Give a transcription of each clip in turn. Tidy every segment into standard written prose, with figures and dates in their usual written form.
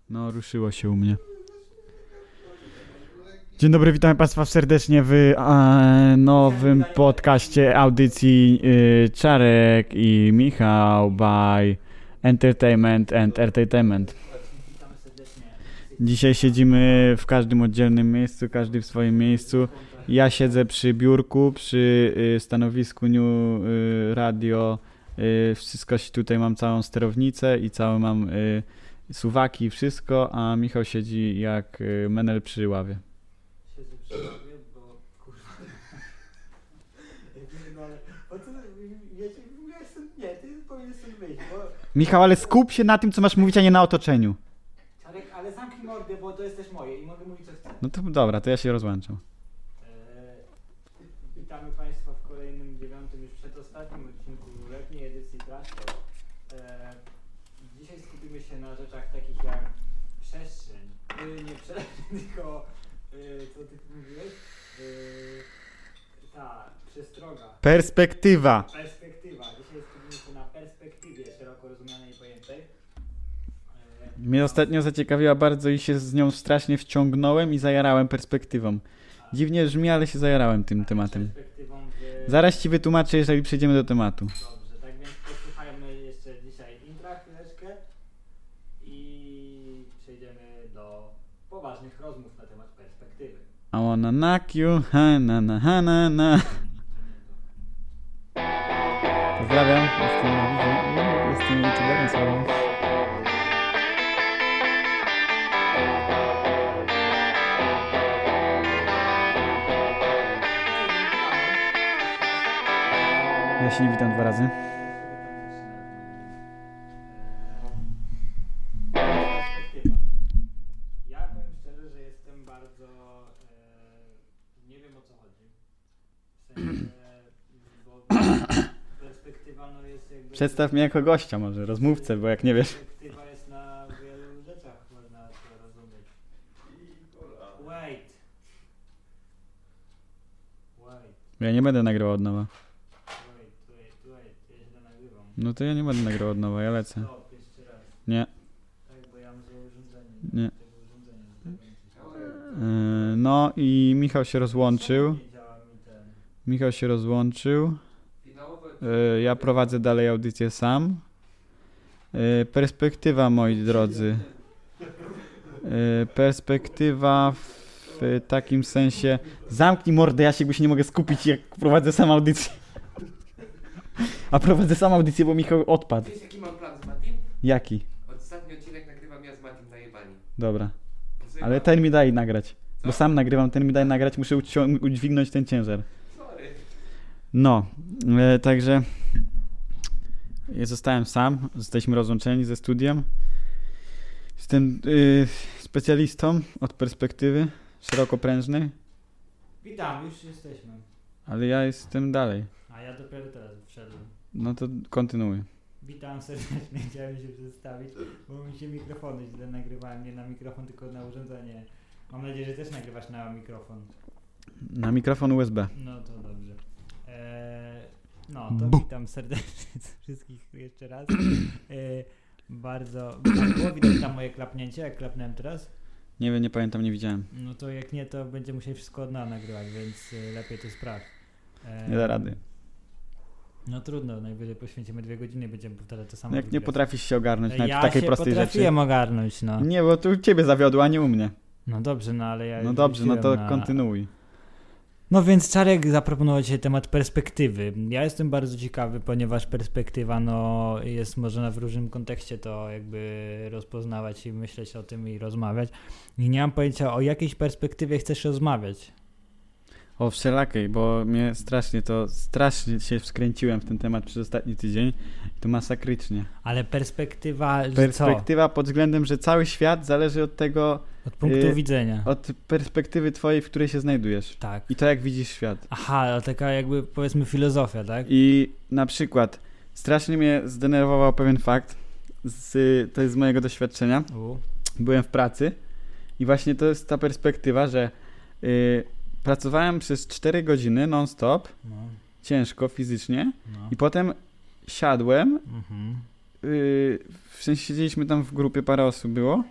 No, ruszyło się u mnie. Dzień dobry, witam Państwa serdecznie w nowym podcaście audycji Czarek i Michał by Entertainment and Entertainment. Dzisiaj siedzimy w każdym oddzielnym miejscu, każdy w swoim miejscu. Ja siedzę przy biurku, przy stanowisku New Radio. Wszystko tutaj mam, całą sterownicę i całe mam suwaki i wszystko, a Michał siedzi jak menel przy ławie. Siedzę przy ławie, bo kurwa... No ale... Bo to... Ja jestem... Nie, ty powinieneś stąd wyjść, bo... Michał, ale skup się na tym, co masz mówić, a nie na otoczeniu. Czarek, ale zamknij mordę, bo to jest też moje i mogę mówić, co chcę. No to dobra, to ja się rozłączam. Witamy Państwa w kolejnym, 9. już przedostatnim odcinku letniej edycji Trash Talk. Dzisiaj skupimy się na rzeczach takich jak przestrzeń. Nie przestrzeń, tylko co ty mówiłeś? Przestroga. Perspektywa. Perspektywa. Dzisiaj skupimy się na perspektywie szeroko rozumianej i pojętej. Mnie ostatnio zaciekawiła bardzo i się z nią strasznie wciągnąłem i zajarałem perspektywą. Dziwnie brzmi, ale się zajarałem tym tematem. Zaraz ci wytłumaczę, jeżeli przejdziemy do tematu. Dobrze, tak więc posłuchajmy jeszcze dzisiaj intra chwileczkę i przejdziemy do poważnych rozmów na temat perspektywy. I wanna knock you, ha na na ha na na. Pozdrawiam, jestem youtuberem sławnym. Ja się nie witam 2 razy. Perspektywa. Ja powiem szczerze, że jestem bardzo... nie wiem, o co chodzi. W sensie, bo perspektywa no jest jakby... Przedstaw mnie jako gościa może, rozmówcę, bo jak nie wiesz. Perspektywa jest na wielu rzeczach, można to rozumieć. Wait. Ja nie będę nagrywał od nowa. Ja źle nagrywam. No to ja nie będę nagrywał od nowa, ja lecę. Stop, jeszcze raz. Nie. Tak, bo ja mam złe urządzenie. Nie. Tego urządzenia. No i Michał się rozłączył. Nie działa mi ten. Michał się rozłączył. Ja prowadzę dalej audycję sam. Perspektywa, moi drodzy. Perspektywa w takim sensie... Zamknij mordę, Jasiek, bo się nie mogę skupić, jak prowadzę sam audycję. A prowadzę sam audycję, bo Michał odpadł. Wiesz, jaki mam plan z Matim? Jaki? Ostatni odcinek nagrywam ja z Matim najebani. Dobra. Ale ten mi daj nagrać. Bo sam nagrywam, ten mi daj nagrać, muszę udźwignąć ten ciężar. Sorry. No, także ja zostałem sam, jesteśmy rozłączeni ze studiem. Jestem specjalistą od perspektywy szerokoprężnej, Witam, już jesteśmy. ale ja jestem dalej. A ja dopiero teraz wszedłem. No to kontynuuj. Witam serdecznie, chciałem się przedstawić, bo mi się mikrofony źle nagrywałem, nie na mikrofon, tylko na urządzenie. Mam nadzieję, że też nagrywasz na mikrofon. Na mikrofon USB. No to dobrze. No to witam serdecznie wszystkich jeszcze raz. Bardzo było widać tam moje klapnięcie, jak klapnąłem teraz. Nie wiem, nie pamiętam, nie widziałem. No to jak nie, to będzie musiał wszystko od nowa nagrywać, więc lepiej to sprawdź. Nie da rady. No trudno, najwyżej poświęcimy 2 godziny, będziemy powtarzać to samo. No jak nie potrafisz się ogarnąć nawet ja w takiej się prostej rzeczy. potrafiłem ogarnąć, no. Nie, bo tu ciebie zawiodło, a nie u mnie. No dobrze, no ale ja No już dobrze, no to wróciłem kontynuuj. No więc Czarek zaproponował dzisiaj temat perspektywy. Ja jestem bardzo ciekawy, ponieważ perspektywa można w różnym kontekście to jakby rozpoznawać i myśleć o tym i rozmawiać. I nie mam pojęcia, o jakiejś perspektywie chcesz rozmawiać. O wszelakiej, bo mnie strasznie się wskręciłem w ten temat przez ostatni tydzień. To masakrycznie. Ale perspektywa Perspektywa pod względem, że cały świat zależy od tego... Od punktu widzenia. Od perspektywy twojej, w której się znajdujesz. Tak. I to jak widzisz świat. Aha, taka jakby powiedzmy filozofia, tak? I na przykład strasznie mnie zdenerwował pewien fakt, to jest z mojego doświadczenia. Byłem w pracy i właśnie to jest ta perspektywa, że pracowałem przez 4 godziny non-stop, ciężko fizycznie i potem siadłem, w sensie siedzieliśmy tam w grupie, parę osób było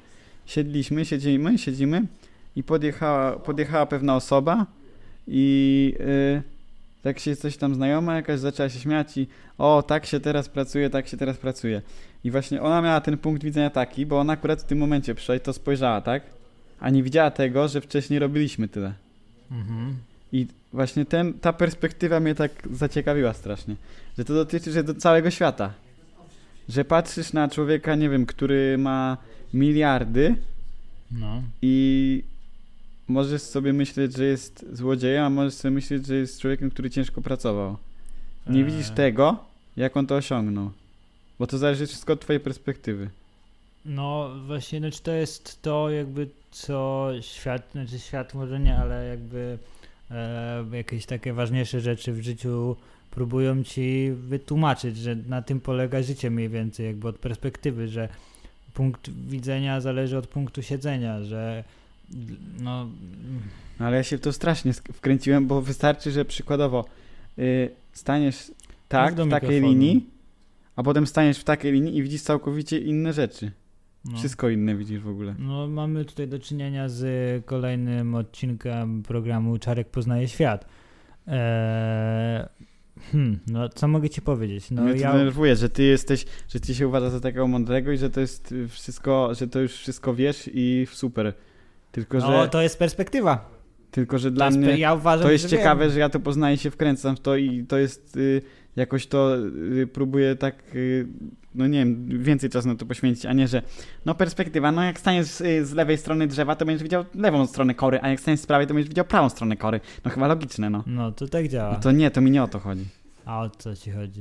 siedzimy i podjechała pewna osoba i tak się coś tam znajoma jakaś zaczęła się śmiać i tak się teraz pracuje. I właśnie ona miała ten punkt widzenia taki, bo ona akurat w tym momencie przyszła i to spojrzała, tak? A nie widziała tego, że wcześniej robiliśmy tyle. Mhm. I właśnie ta perspektywa mnie tak zaciekawiła strasznie, że to dotyczy do całego świata. Że patrzysz na człowieka, nie wiem, który ma miliardy No. i możesz sobie myśleć, że jest złodziejem, a możesz sobie myśleć, że jest człowiekiem, który ciężko pracował. Nie widzisz tego, jak on to osiągnął. Bo to zależy wszystko od twojej perspektywy. No właśnie, znaczy to jest to jakby co świat może nie, ale jakby jakieś takie ważniejsze rzeczy w życiu próbują ci wytłumaczyć, że na tym polega życie mniej więcej, jakby od perspektywy, że punkt widzenia zależy od punktu siedzenia, że no... Ale ja się w to strasznie wkręciłem, bo wystarczy, że przykładowo staniesz w takiej linii, a potem staniesz w takiej linii i widzisz całkowicie inne rzeczy. No. Wszystko inne widzisz w ogóle. No mamy tutaj do czynienia z kolejnym odcinkiem programu Czarek poznaje świat. No co mogę ci powiedzieć? No mnie to denerwuje, że ty się uważasz za takiego mądrego i że to jest wszystko, że to już wszystko wiesz i super. Tylko, że to jest perspektywa. Tylko, że dla mnie ja uważam, to jest że ciekawe, że ja to poznaję, się wkręcam w to i to jest jakoś to próbuję tak, no nie wiem, więcej czasu na to poświęcić, a nie, że perspektywa, jak staniesz z lewej strony drzewa, to będziesz widział lewą stronę kory, a jak staniesz z prawej, to będziesz widział prawą stronę kory. No chyba logiczne, no. No to tak działa. No to nie, to mi nie o to chodzi. A o co ci chodzi?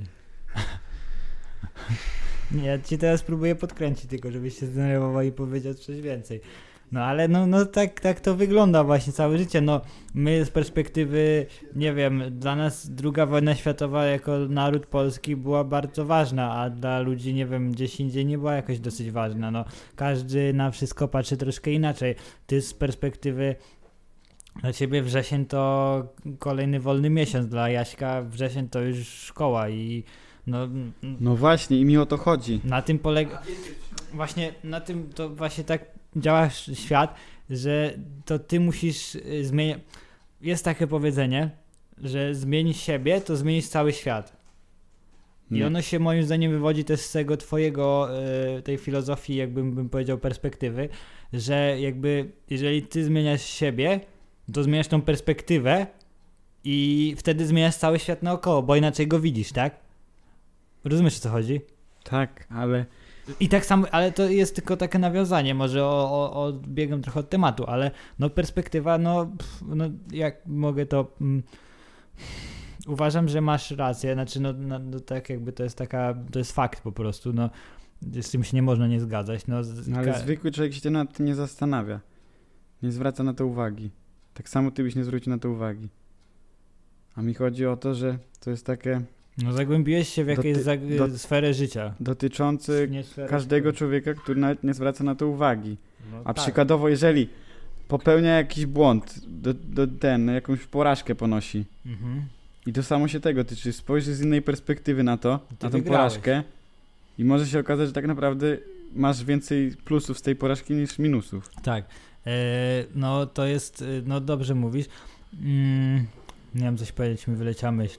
Nie, ja ci teraz próbuję podkręcić tylko, żebyś się zdenerwował i powiedział coś więcej. No ale tak to wygląda właśnie całe życie. No my z perspektywy, nie wiem, dla nas II wojna światowa jako naród polski była bardzo ważna, a dla ludzi, nie wiem, gdzieś indziej nie była jakoś dosyć ważna. No każdy na wszystko patrzy troszkę inaczej. Ty z perspektywy dla ciebie wrzesień to kolejny wolny miesiąc, dla Jaśka wrzesień to już szkoła i no właśnie i mi o to chodzi. Na tym polega to właśnie tak działa świat, że to ty musisz zmieniać. Jest takie powiedzenie, że zmienić siebie, to zmienić cały świat. I ono się moim zdaniem wywodzi też z tego twojego, tej filozofii, jakbym bym powiedział, perspektywy, że jakby jeżeli ty zmieniasz siebie, to zmieniasz tą perspektywę i wtedy zmieniasz cały świat naokoło, bo inaczej go widzisz, tak? Rozumiesz, o co chodzi? Tak, ale... I tak samo, ale to jest tylko takie nawiązanie, może odbiegam trochę od tematu, ale perspektywa, jak mogę to... uważam, że masz rację, znaczy tak jakby to jest fakt po prostu, z tym się nie można nie zgadzać. Ale zwykły człowiek się nad tym nie zastanawia, nie zwraca na to uwagi. Tak samo ty byś nie zwrócił na to uwagi. A mi chodzi o to, że to jest takie... zagłębiłeś się w jakieś sferę życia. Dotyczący każdego człowieka, który nawet nie zwraca na to uwagi. A tak. Przykładowo, jeżeli popełnia jakiś błąd, jakąś porażkę ponosi i to samo się tego tyczy, spojrzysz z innej perspektywy na to, na tą porażkę i może się okazać, że tak naprawdę masz więcej plusów z tej porażki niż minusów. Tak. To jest, dobrze mówisz. Nie wiem, coś powiedzieć, mi wyleciała myśl.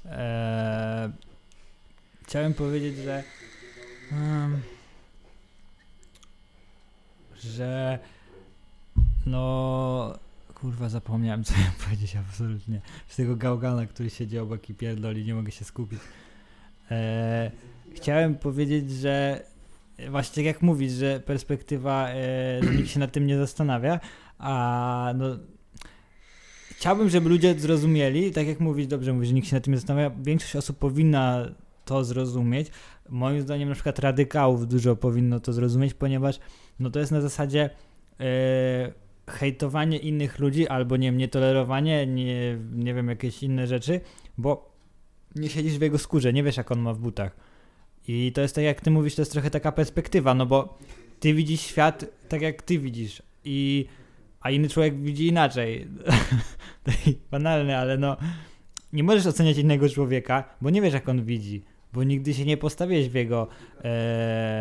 Chciałem powiedzieć, że kurwa, zapomniałem, co miałem powiedzieć absolutnie. Z tego gałgana, który siedzi obok i pierdoli, nie mogę się skupić. Chciałem powiedzieć, że właśnie tak jak mówisz, że perspektywa, że nikt się nad tym nie zastanawia, a chciałbym, żeby ludzie zrozumieli, tak jak mówisz, dobrze mówisz, że nikt się nad tym nie zastanawia, większość osób powinna to zrozumieć. Moim zdaniem na przykład radykałów dużo powinno to zrozumieć, ponieważ to jest na zasadzie hejtowanie innych ludzi albo nietolerowanie, nie wiem, jakieś inne rzeczy, bo nie siedzisz w jego skórze, nie wiesz, jak on ma w butach. I to jest tak, jak ty mówisz, to jest trochę taka perspektywa, bo ty widzisz świat tak, jak ty widzisz, a inny człowiek widzi inaczej. To banalne, ale nie możesz oceniać innego człowieka, bo nie wiesz, jak on widzi, bo nigdy się nie postawiłeś w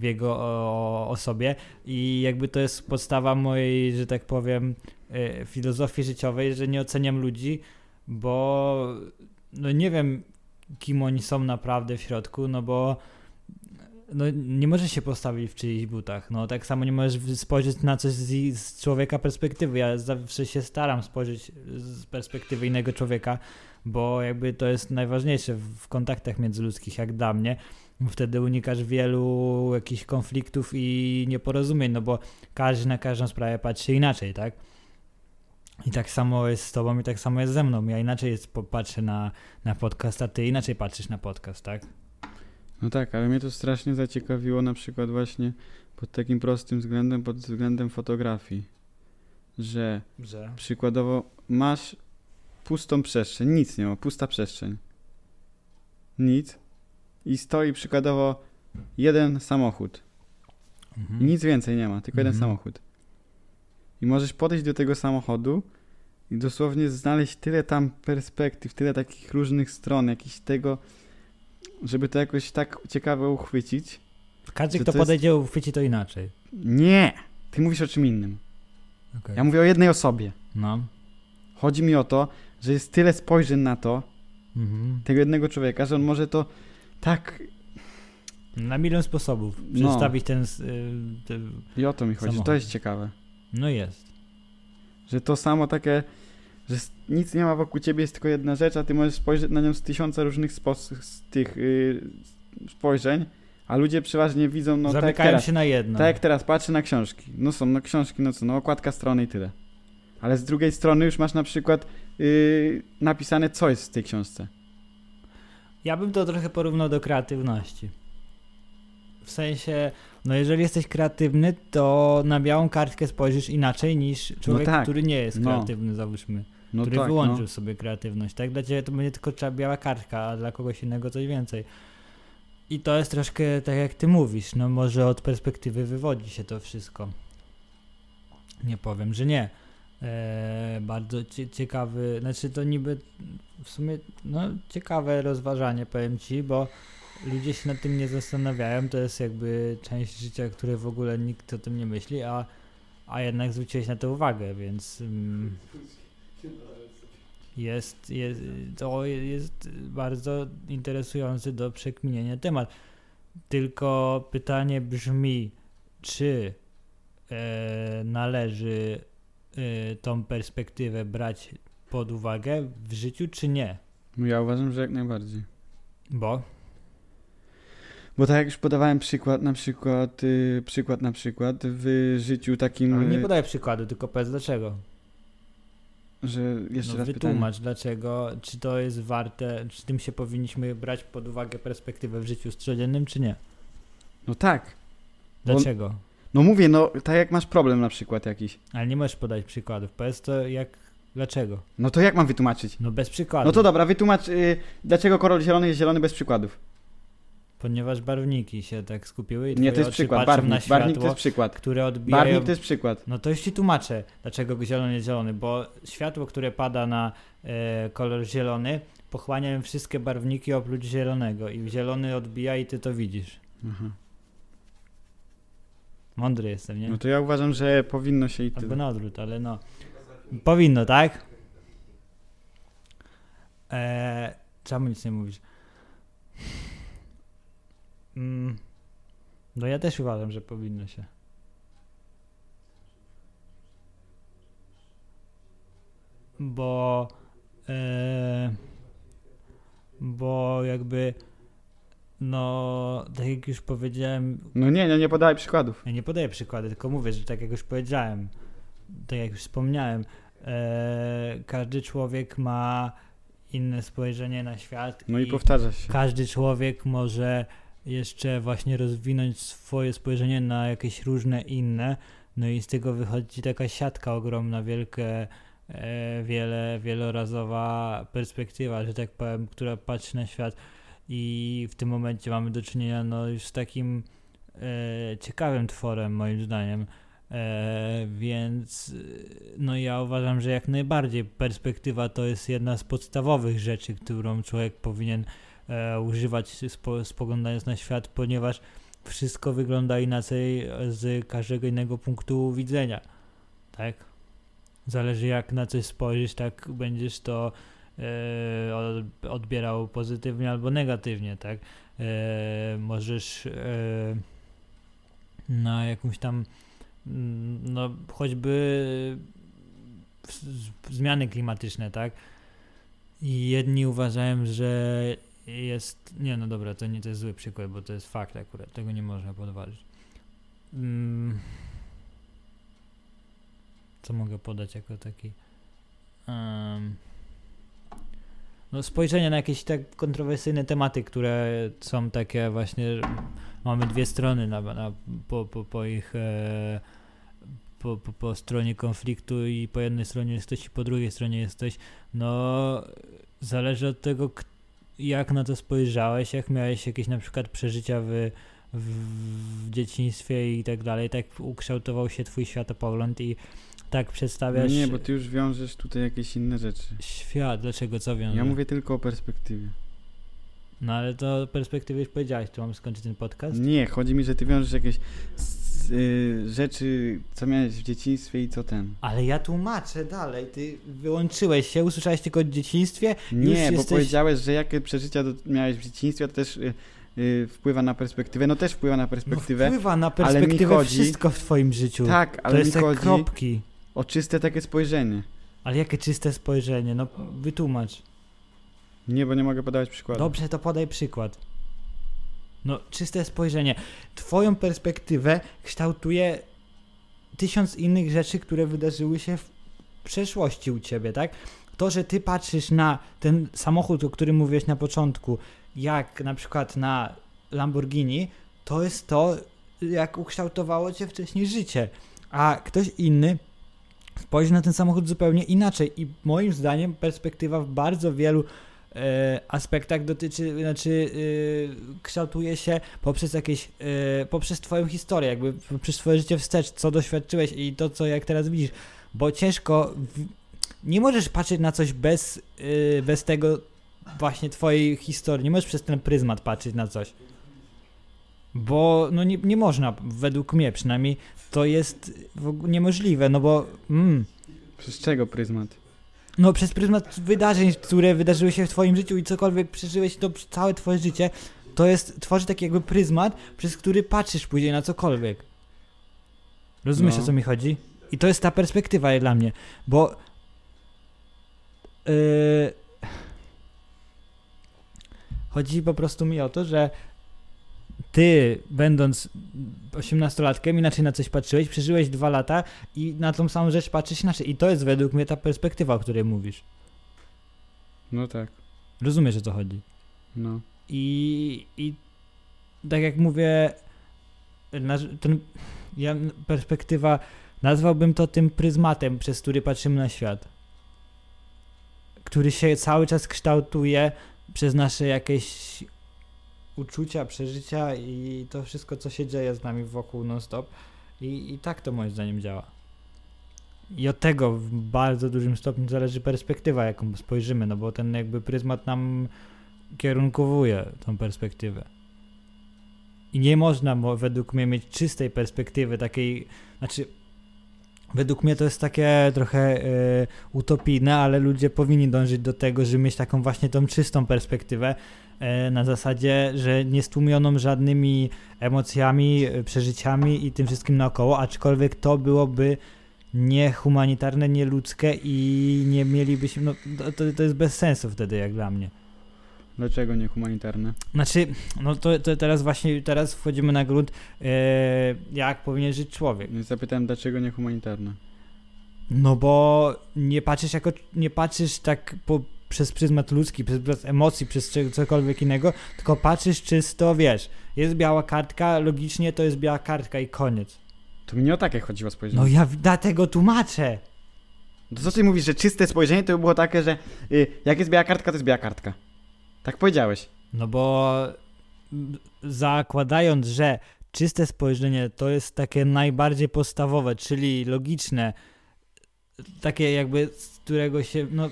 jego osobie i jakby to jest podstawa mojej, że tak powiem, filozofii życiowej, że nie oceniam ludzi, bo no nie wiem, kim oni są naprawdę w środku, no bo no nie możesz się postawić w czyichś butach, no tak samo nie możesz spojrzeć na coś z człowieka perspektywy. Ja zawsze się staram spojrzeć z perspektywy innego człowieka, bo jakby to jest najważniejsze w kontaktach międzyludzkich, jak dla mnie. Wtedy unikasz wielu jakichś konfliktów i nieporozumień, no bo każdy na każdą sprawę patrzy inaczej, tak? I tak samo jest z tobą i tak samo jest ze mną. Ja inaczej patrzę na podcast, a ty inaczej patrzysz na podcast, tak? No tak, ale mnie to strasznie zaciekawiło na przykład właśnie pod takim prostym względem, pod względem fotografii, że przykładowo masz pustą przestrzeń, nic nie ma, pusta przestrzeń. Nic. I stoi przykładowo jeden samochód. I nic więcej nie ma, tylko jeden samochód. I możesz podejść do tego samochodu i dosłownie znaleźć tyle tam perspektyw, tyle takich różnych stron, jakichś tego, żeby to jakoś tak ciekawe uchwycić. Każdy, kto podejdzie, uchwyci to inaczej. Nie! Ty mówisz o czym innym. Okay. Ja mówię o jednej osobie. No. Chodzi mi o to, że jest tyle spojrzeń na to, tego jednego człowieka, że on może to tak... Na milion sposobów przedstawić ten I o to mi chodzi, samochód. to jest ciekawe. No jest. Że to samo takie, że nic nie ma wokół ciebie, jest tylko jedna rzecz, a ty możesz spojrzeć na nią z tysiąca różnych spojrzeń, a ludzie przeważnie widzą, no zamykają tak jak teraz, się na jedno. tak jak teraz patrzę na książki. No są, no książki, no co, no okładka strony i tyle. Ale z drugiej strony już masz na przykład napisane, co jest w tej książce. Ja bym to trochę porównał do kreatywności. W sensie, no jeżeli jesteś kreatywny, to na białą kartkę spojrzysz inaczej niż człowiek, który nie jest kreatywny, załóżmy. Który wyłączył sobie kreatywność. Tak, dla ciebie to będzie tylko biała kartka, a dla kogoś innego coś więcej. I to jest troszkę tak jak ty mówisz, no może od perspektywy wywodzi się to wszystko. Nie powiem, że nie. Bardzo ciekawy, znaczy to niby w sumie ciekawe rozważanie, powiem ci, bo ludzie się nad tym nie zastanawiają, to jest jakby część życia, które w ogóle nikt o tym nie myśli, a jednak zwróciłeś na to uwagę, więc to jest bardzo interesujący do przekminienia temat. Tylko pytanie brzmi, czy należy tą perspektywę brać pod uwagę w życiu, czy nie? Ja uważam, że jak najbardziej. Bo tak jak już podawałem przykład w życiu takim... Ale nie podaj przykładu, tylko powiedz dlaczego. Że jeszcze raz wytłumacz pytanie. dlaczego, czy to jest warte, czy tym się powinniśmy brać pod uwagę perspektywę w życiu codziennym, czy nie? No tak. Dlaczego? No mówię, no tak jak masz problem na przykład jakiś. Ale nie możesz podać przykładów, powiedz to dlaczego? No to jak mam wytłumaczyć? No bez przykładów. No to dobra, wytłumacz dlaczego kolor zielony jest zielony bez przykładów. Ponieważ barwniki się tak skupiły i nie, to jest przykład, barwnik to jest przykład. Które odbijają... Barwnik to jest przykład. No to już ci tłumaczę, dlaczego zielony jest zielony, bo światło, które pada na kolor zielony, pochłaniają wszystkie barwniki oprócz zielonego i zielony odbija i ty to widzisz. Aha. Mądry jestem, nie? No to ja uważam, że powinno się i tyle. Albo na odwrót, ale no. Powinno, tak? Czemu nic nie mówisz? No ja też uważam, że powinno się. Bo jakby tak jak już powiedziałem... No nie podawaj przykładów. Ja nie podaję przykłady, tylko mówię, że tak jak już powiedziałem, tak jak już wspomniałem, każdy człowiek ma inne spojrzenie na świat. No i powtarza się. Każdy człowiek może jeszcze właśnie rozwinąć swoje spojrzenie na jakieś różne inne, no i z tego wychodzi taka siatka ogromna, wielorazowa perspektywa, że tak powiem, która patrzy na świat i w tym momencie mamy do czynienia już z takim ciekawym tworem moim zdaniem, więc ja uważam, że jak najbardziej perspektywa to jest jedna z podstawowych rzeczy, którą człowiek powinien używać spoglądając na świat, ponieważ wszystko wygląda inaczej z każdego innego punktu widzenia, tak? Zależy jak na coś spojrzysz, tak będziesz to odbierał pozytywnie albo negatywnie, tak? Możesz na jakąś tam no choćby zmiany klimatyczne, tak? I jedni uważają, że jest... Nie, no dobra, to jest zły przykład, bo to jest fakt akurat, tego nie można podważyć. Co mogę podać jako taki... no spojrzenie na jakieś tak kontrowersyjne tematy, które są takie właśnie... Mamy dwie strony po ich... Po stronie konfliktu i po jednej stronie jesteś i po drugiej stronie jesteś, no zależy od tego, jak na to spojrzałeś, jak miałeś jakieś na przykład przeżycia w dzieciństwie i tak dalej, tak ukształtował się twój światopogląd i tak przedstawiasz... No nie, bo ty już wiążesz tutaj jakieś inne rzeczy. Świat, dlaczego, co wiążesz? Ja mówię tylko o perspektywie. No ale to o perspektywie już powiedziałeś, czy mam skończyć ten podcast? Nie, chodzi mi, że ty wiążesz jakieś rzeczy, co miałeś w dzieciństwie i co ten. Ale ja tłumaczę dalej, ty wyłączyłeś się, usłyszałeś tylko o dzieciństwie. Nie, bo powiedziałeś, że jakie przeżycia miałeś w dzieciństwie, to też wpływa na perspektywę. No też wpływa na perspektywę. No wpływa na perspektywę ale mi chodzi, wszystko w twoim życiu. Tak, ale to jest mi jak chodzi kropki. o czyste takie spojrzenie. Ale jakie czyste spojrzenie? No wytłumacz. Nie, bo nie mogę podawać przykładu. Dobrze, to podaj przykład. No, czyste spojrzenie. Twoją perspektywę kształtuje 1000 innych rzeczy, które wydarzyły się w przeszłości u ciebie, tak? To, że ty patrzysz na ten samochód, o którym mówiłeś na początku, jak na przykład na Lamborghini, to jest to, jak ukształtowało cię wcześniej życie. A ktoś inny spojrzy na ten samochód zupełnie inaczej i moim zdaniem perspektywa w bardzo wielu aspektach kształtuje się poprzez jakieś, poprzez twoją historię, jakby poprzez twoje życie wstecz, co doświadczyłeś i to, co jak teraz widzisz, bo ciężko, nie możesz patrzeć na coś bez tego właśnie twojej historii, nie możesz przez ten pryzmat patrzeć na coś, bo no nie można, według mnie przynajmniej, to jest w ogóle niemożliwe, no bo Przez czego pryzmat? No przez pryzmat wydarzeń, które wydarzyły się w twoim życiu i cokolwiek przeżyłeś to całe twoje życie, to jest, tworzy taki jakby pryzmat, przez który patrzysz później na cokolwiek. Rozumiesz, o co mi chodzi? I to jest ta perspektywa dla mnie, bo chodzi po prostu mi o to, że ty, będąc 18-latkiem, inaczej na coś patrzyłeś, przeżyłeś 2 lata i na tą samą rzecz patrzysz inaczej. I to jest według mnie ta perspektywa, o której mówisz. No tak. Rozumiesz, o co chodzi? No. I tak jak mówię, perspektywa, nazwałbym to tym pryzmatem, przez który patrzymy na świat. Który się cały czas kształtuje przez nasze jakieś uczucia, przeżycia i to wszystko, co się dzieje z nami wokół non-stop. I tak to moim zdaniem działa. I od tego w bardzo dużym stopniu zależy perspektywa, jaką spojrzymy, no bo ten jakby pryzmat nam kierunkowuje tą perspektywę. I nie można według mnie mieć czystej perspektywy, takiej, znaczy według mnie to jest takie trochę utopijne, ale ludzie powinni dążyć do tego, żeby mieć taką właśnie tą czystą perspektywę, na zasadzie, że nie stłumioną żadnymi emocjami, przeżyciami i tym wszystkim naokoło, aczkolwiek to byłoby niehumanitarne, nieludzkie i nie mielibyśmy, no to jest bez sensu wtedy jak dla mnie. Dlaczego niehumanitarne? Znaczy, no to teraz wchodzimy na grunt, jak powinien żyć człowiek. Zapytałem, dlaczego niehumanitarne? No bo nie patrzysz tak przez pryzmat ludzki, przez emocji, przez cokolwiek innego, tylko patrzysz czysto, wiesz, jest biała kartka, logicznie to jest biała kartka i koniec. To mi nie o takie chodziło spojrzenie. No ja dlatego tłumaczę. To co ty mówisz, że czyste spojrzenie to by było takie, że jak jest biała kartka, to jest biała kartka. Tak powiedziałeś. No bo zakładając, że czyste spojrzenie to jest takie najbardziej podstawowe, czyli logiczne, takie jakby z którego się, no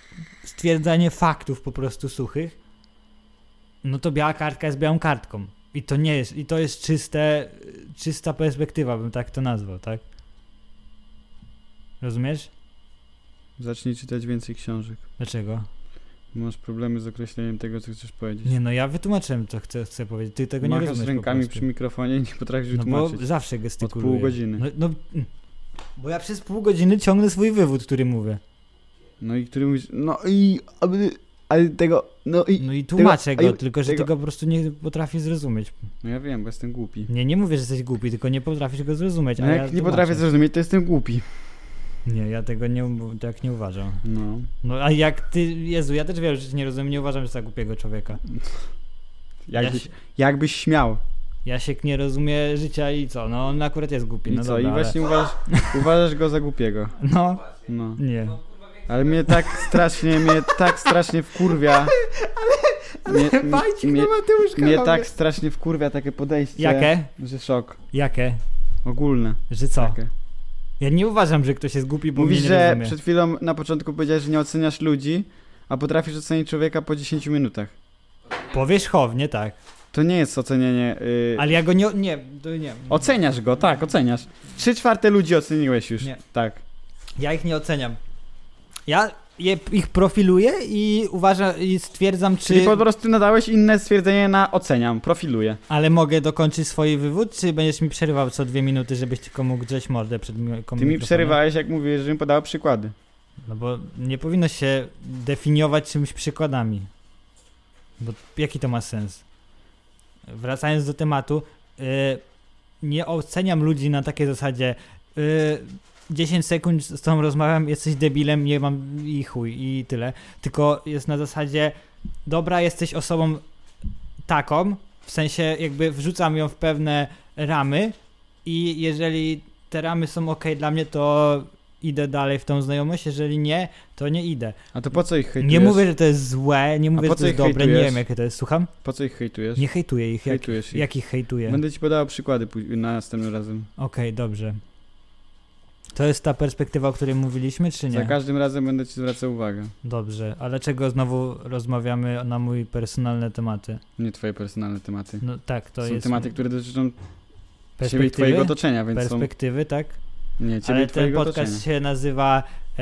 stwierdzanie faktów po prostu suchych, no to biała kartka jest białą kartką. I to nie jest, i to jest czysta perspektywa, bym tak to nazwał, tak? Rozumiesz? Zacznij czytać więcej książek. Dlaczego? Masz problemy z określeniem tego, co chcesz powiedzieć. Nie, no ja wytłumaczyłem, co chcę powiedzieć. Ty tego nie Machasz rozumiesz po rękami prostu. przy mikrofonie i nie potrafisz No wytłumaczyć. bo zawsze Od gestykuluję. pół godziny. Bo ja przez pół godziny ciągnę swój wywód, który mówię. No i który mówisz, no i... Ale tego... No i Tłumaczę tego- go, tylko że tego- ty go po prostu nie potrafisz zrozumieć. No ja wiem, bo jestem głupi. Nie mówię, że jesteś głupi, tylko nie potrafisz go zrozumieć. No a jak ja nie tłumaczę. potrafię zrozumieć, to jestem głupi. Nie, ja tego tak nie uważam. No. No a jak ty, Jezu, ja też wiele rzeczy nie rozumiem, nie uważam się za głupiego człowieka. Jakbyś śmiał. Jasiek nie rozumie życia i co? No on akurat jest głupi, I no co? dobra, I właśnie uważasz go za głupiego. No, No. nie. Ale mnie tak strasznie wkurwia. Mnie tak strasznie wkurwia takie podejście. Jakie? Że szok. Jakie? Ogólne. Że co? Takie. Ja nie uważam, że ktoś jest głupi, bo Mówisz, mnie nie że rozumie. przed chwilą na początku powiedziałeś, że nie oceniasz ludzi, a potrafisz ocenić człowieka po 10 minutach. Powierzchownie, tak. To nie jest ocenianie. Ale ja go nie. Oceniasz go, tak, oceniasz. 3/4 ludzi oceniłeś już. Nie. Tak. Ja ich nie oceniam. Ja ich profiluję i uważam i stwierdzam, czy... Czyli po prostu nadałeś inne stwierdzenie na oceniam, profiluję. Ale mogę dokończyć swój wywód, czy będziesz mi przerywał co 2 minuty, żebyś tylko mógł grzeć mordę przed mikrofonem? Ty mi przerywałeś, jak mówiłeś, żebym podał przykłady. No bo nie powinno się definiować czymś przykładami. Bo jaki to ma sens? Wracając do tematu, nie oceniam ludzi na takiej zasadzie 10 sekund z tobą rozmawiam, jesteś debilem, nie mam i chuj i tyle. Tylko jest na zasadzie, dobra, jesteś osobą taką, w sensie jakby wrzucam ją w pewne ramy i jeżeli te ramy są okej dla mnie, to idę dalej w tą znajomość, jeżeli nie, to nie idę. A to po co ich hejtujesz? Nie mówię, że to jest złe, nie mówię, po że co to jest ich dobre, nie hejtujesz? wiem jakie to jest, słucham? Po co ich hejtujesz? Nie hejtuję ich, Hejtujesz ich. jakich hejtuję? Będę ci podawał przykłady następnym razem. Okej, dobrze. To jest ta perspektywa, o której mówiliśmy, czy Za nie? każdym razem będę ci zwracał uwagę. Dobrze, ale czego znowu rozmawiamy na mój personalne tematy? Nie twoje personalne tematy. No tak, to są jest tematy, które dotyczą ciebie i perspektywy, twojego otoczenia, więc perspektywy, tak? Nie, ciebie Ale i ten twojego podcast otoczenia. się nazywa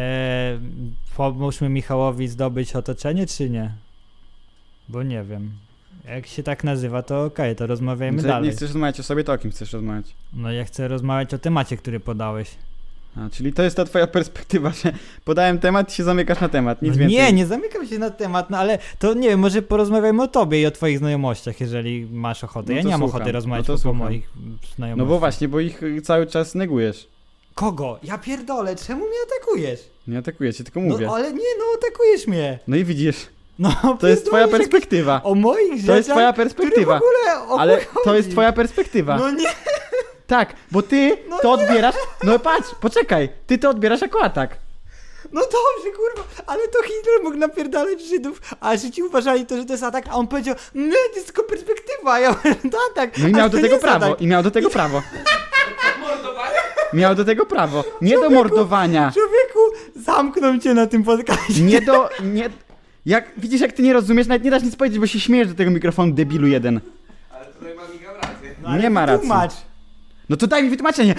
Pomóżmy Michałowi zdobyć otoczenie, czy nie? Bo nie wiem. Jak się tak nazywa, to okej, to rozmawiajmy No to jak dalej. nie chcesz rozmawiać o sobie, to o kim chcesz rozmawiać? No ja chcę rozmawiać o temacie, który podałeś. A, czyli to jest ta twoja perspektywa, że podałem temat i się zamykasz na temat, nic No więcej. nie zamykam się na temat, no ale to nie wiem, może porozmawiajmy o tobie i o twoich znajomościach, jeżeli masz ochotę. No Ja to nie mam słucham, ochoty rozmawiać no to po słucham. moich znajomościach. No bo właśnie, bo ich cały czas negujesz. Kogo? Ja pierdolę, czemu mnie atakujesz? Nie atakuję cię, tylko mówię. No ale nie, no atakujesz mnie. No i widzisz, No to jest twoja pierdolisz perspektywa. o moich rzeczach, To jest twoja które perspektywa. w ogóle o Ale chuj to jest chodzi. twoja perspektywa. No nie, Tak, bo ty No to odbierasz. No patrz, poczekaj, ty to odbierasz jako atak. no dobrze, kurwa, ale to Hitler mógł napierdalać Żydów, a Żydzi uważali to, że to jest atak, a on powiedział, nie, to jest tylko perspektywa, ja mówię, to atak. No i ale miał to do nie tego jest prawo. atak. I miał do tego prawo. Mordowanie? Miał do tego prawo. Nie do Człowieku, mordowania. Człowieku, zamkną cię na tym podcaście. Nie. Jak widzisz, jak ty nie rozumiesz, nawet nie dasz nic powiedzieć, bo się śmiejesz do tego mikrofonu, debilu jeden. Ale tutaj ma Michał rację. No, ale nie ma racji. Tłumacz. No to daj mi wytłumaczenie.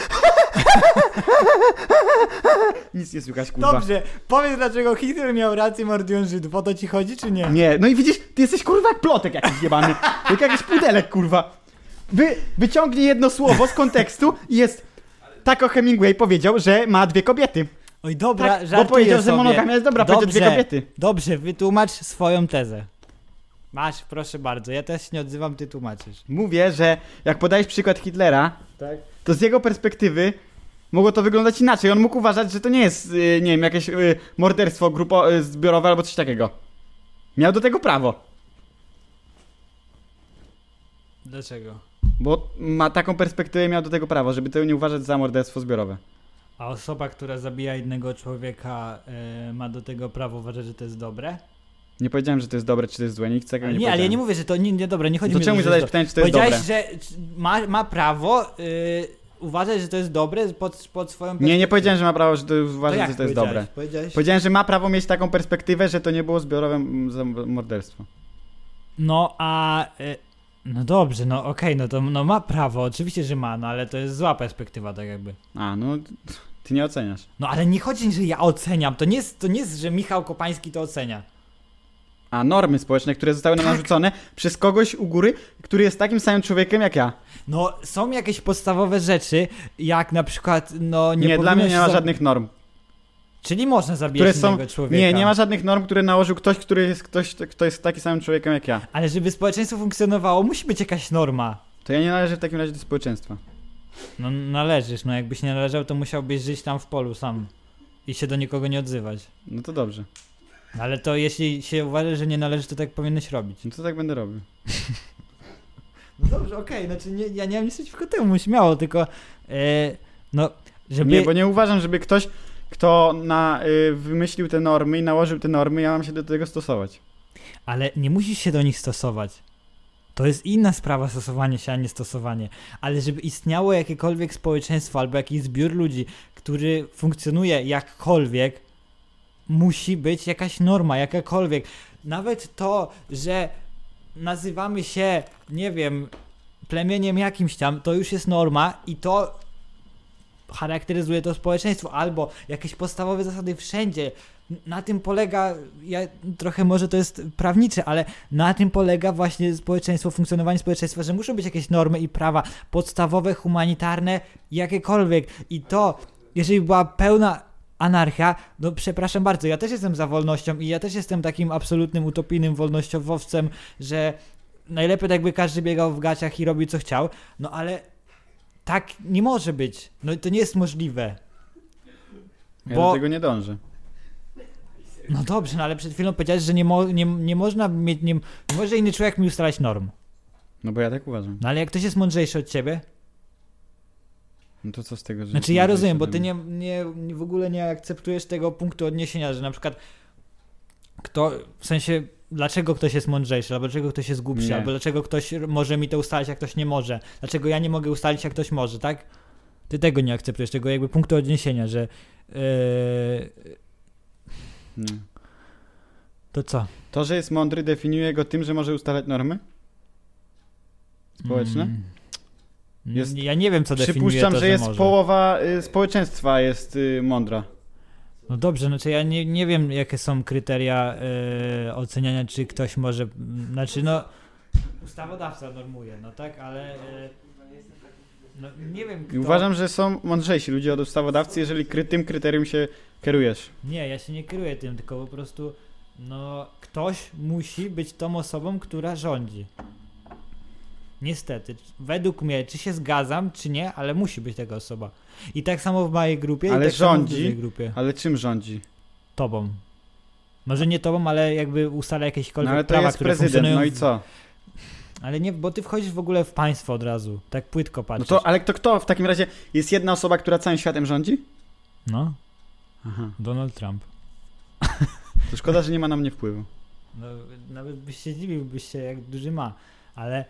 Nic nie słychać, kurwa. Dobrze, powiedz dlaczego Hitler miał rację mordując Żydów, o to ci chodzi czy nie? Nie, no i widzisz, ty jesteś kurwa jak plotek jakiś jebany. Jak jakiś pudelek, kurwa. Wyciągnij jedno słowo z kontekstu i jest... Taco Hemingway powiedział, że ma 2 kobiety. Oj dobra, Tak, bo żartuję powiedział, że sobie. monogamia jest dobra, powiedział 2 kobiety. Dobrze, wytłumacz swoją tezę. Masz, proszę bardzo, ja też nie odzywam, ty tłumaczysz. Mówię, że jak podajesz przykład Hitlera, Tak. to z jego perspektywy mogło to wyglądać inaczej. On mógł uważać, że to nie jest, nie wiem, jakieś morderstwo zbiorowe albo coś takiego. Miał do tego prawo, Dlaczego? bo ma taką perspektywę, miał do tego prawo, żeby to nie uważać za morderstwo zbiorowe. A osoba, która zabija innego człowieka, ma do tego prawo uważać, że to jest dobre? Nie powiedziałem, że to jest dobre, czy to jest złe, nikt tego nie Ale ja nie powiedziałem. mówię, że to nie dobre, nie chodzi To mi o czemu to, że zadajesz jest pytanie, czy to jest dobre? Powiedziałeś, że ma prawo uważać, że to jest dobre pod swoją perspektywę. Nie powiedziałem, że ma prawo, że to uważać, że to jest dobre. Powiedziałem, że ma prawo mieć taką perspektywę, że to nie było zbiorowe morderstwo. No a No dobrze, no okej, no to no ma prawo, oczywiście, że ma, no ale to jest zła perspektywa tak jakby. A, no ty nie oceniasz. No ale nie chodzi, że ja oceniam, to nie jest, że Michał Kopański to ocenia. A normy społeczne, które zostały nam narzucone przez kogoś u góry, który jest takim samym człowiekiem jak ja. No są jakieś podstawowe rzeczy, jak na przykład, no nie Nie, dla powinno mnie nie się ma żadnych norm. Czyli można Które zabijać są... innego człowieka. Nie ma żadnych norm, które nałożył ktoś, kto jest takim samym człowiekiem jak ja. Ale żeby społeczeństwo funkcjonowało, musi być jakaś norma. To ja nie należę w takim razie do społeczeństwa. No należysz, no jakbyś nie należał, to musiałbyś żyć tam w polu sam. I się do nikogo nie odzywać. No to dobrze. Ale to jeśli się uważa, że nie należy, to tak powinieneś robić. No to tak będę robił. No dobrze, okej, znaczy ja nie mam nic przeciwko temu, śmiało, tylko no, żeby... Nie, bo nie uważam, żeby ktoś, kto wymyślił te normy i nałożył te normy, ja mam się do tego stosować. Ale nie musisz się do nich stosować. To jest inna sprawa stosowanie się, a nie stosowanie. Ale żeby istniało jakiekolwiek społeczeństwo albo jakiś zbiór ludzi, który funkcjonuje jakkolwiek, musi być jakaś norma, jakakolwiek. Nawet to, że nazywamy się, nie wiem, plemieniem jakimś tam, to już jest norma i to charakteryzuje to społeczeństwo. Albo jakieś podstawowe zasady wszędzie. Na tym polega, trochę może to jest prawnicze, ale na tym polega właśnie społeczeństwo, funkcjonowanie społeczeństwa, że muszą być jakieś normy i prawa podstawowe, humanitarne, jakiekolwiek. I to, jeżeli była pełna anarchia, no przepraszam bardzo, ja też jestem za wolnością i ja też jestem takim absolutnym utopijnym wolnościowcem, że najlepiej jakby każdy biegał w gaciach i robił co chciał, no ale tak nie może być. No to nie jest możliwe. Ja do tego nie dążę. No dobrze, no ale przed chwilą powiedziałeś, że nie można mieć, nie może inny człowiek mi ustalać norm. No bo ja tak uważam. No ale jak ktoś jest mądrzejszy od ciebie? No to co z tego, że... Znaczy ja rozumiem, bo ty w ogóle nie akceptujesz tego punktu odniesienia, że na przykład w sensie, dlaczego ktoś jest mądrzejszy, albo dlaczego ktoś jest głupszy, Nie. albo dlaczego ktoś może mi to ustalić, a ktoś nie może. Dlaczego ja nie mogę ustalić, a ktoś może, tak? Ty tego nie akceptujesz, tego jakby punktu odniesienia, że Nie. to co? To, że jest mądry, definiuje go tym, że może ustalać normy społeczne? Jest- Ja nie wiem, co definiuje Przypuszczam, to, że jest może. połowa społeczeństwa jest mądra. No dobrze, znaczy ja nie wiem, jakie są kryteria oceniania, czy ktoś może, znaczy no ustawodawca normuje, no tak, ale no nie wiem kto... I uważam, że są mądrzejsi ludzie od ustawodawcy, jeżeli tym kryterium się kierujesz. Nie, ja się nie kieruję tym, tylko po prostu no ktoś musi być tą osobą, która rządzi. Niestety, według mnie, czy się zgadzam, czy nie, ale musi być taka osoba. I tak samo w mojej grupie, Ale i tak samo w rządzi? dużej grupie. Ale czym rządzi? Tobą. Może nie tobą, ale jakby ustala No jakiekolwiek ale to prawa, jest które prezydent, funkcjonują... no i co? Ale nie, bo ty wchodzisz w ogóle w państwo od razu, tak płytko No patrzysz. to, ale to kto w takim razie? Jest jedna osoba, która całym światem rządzi? No, Aha. Donald Trump. To szkoda, że nie ma na mnie wpływu. No, nawet byś się zdziwił, jak duży ma, ale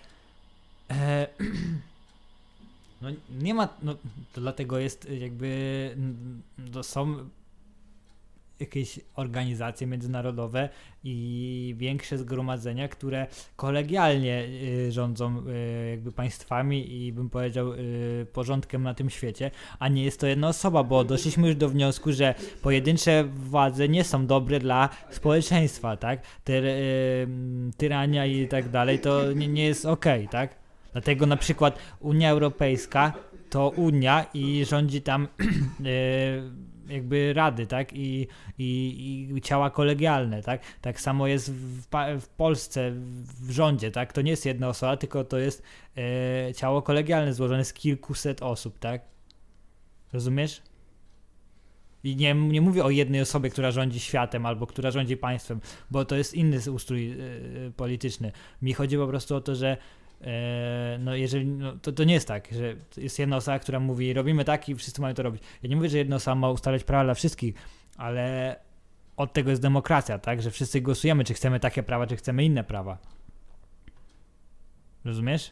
no nie ma, no to dlatego jest jakby, to są jakieś organizacje międzynarodowe i większe zgromadzenia, które kolegialnie rządzą jakby państwami i bym powiedział porządkiem na tym świecie, a nie jest to jedna osoba, bo doszliśmy już do wniosku, że pojedyncze władze nie są dobre dla społeczeństwa, tak? Tyrania i tak dalej, to nie jest okej, tak? Dlatego na przykład Unia Europejska to Unia i rządzi tam jakby rady, tak? I ciała kolegialne, tak? Tak samo jest w Polsce, w rządzie, tak? To nie jest jedna osoba, tylko to jest ciało kolegialne złożone z kilkuset osób, tak? Rozumiesz? I nie mówię o jednej osobie, która rządzi światem albo która rządzi państwem, bo to jest inny ustrój polityczny. Mi chodzi po prostu o to, że no jeżeli, no to nie jest tak, że jest jedna osoba, która mówi robimy tak i wszyscy mają to robić. Ja nie mówię, że jedna osoba ma ustalać prawa dla wszystkich, ale od tego jest demokracja, tak? Że wszyscy głosujemy, czy chcemy takie prawa, czy chcemy inne prawa. Rozumiesz?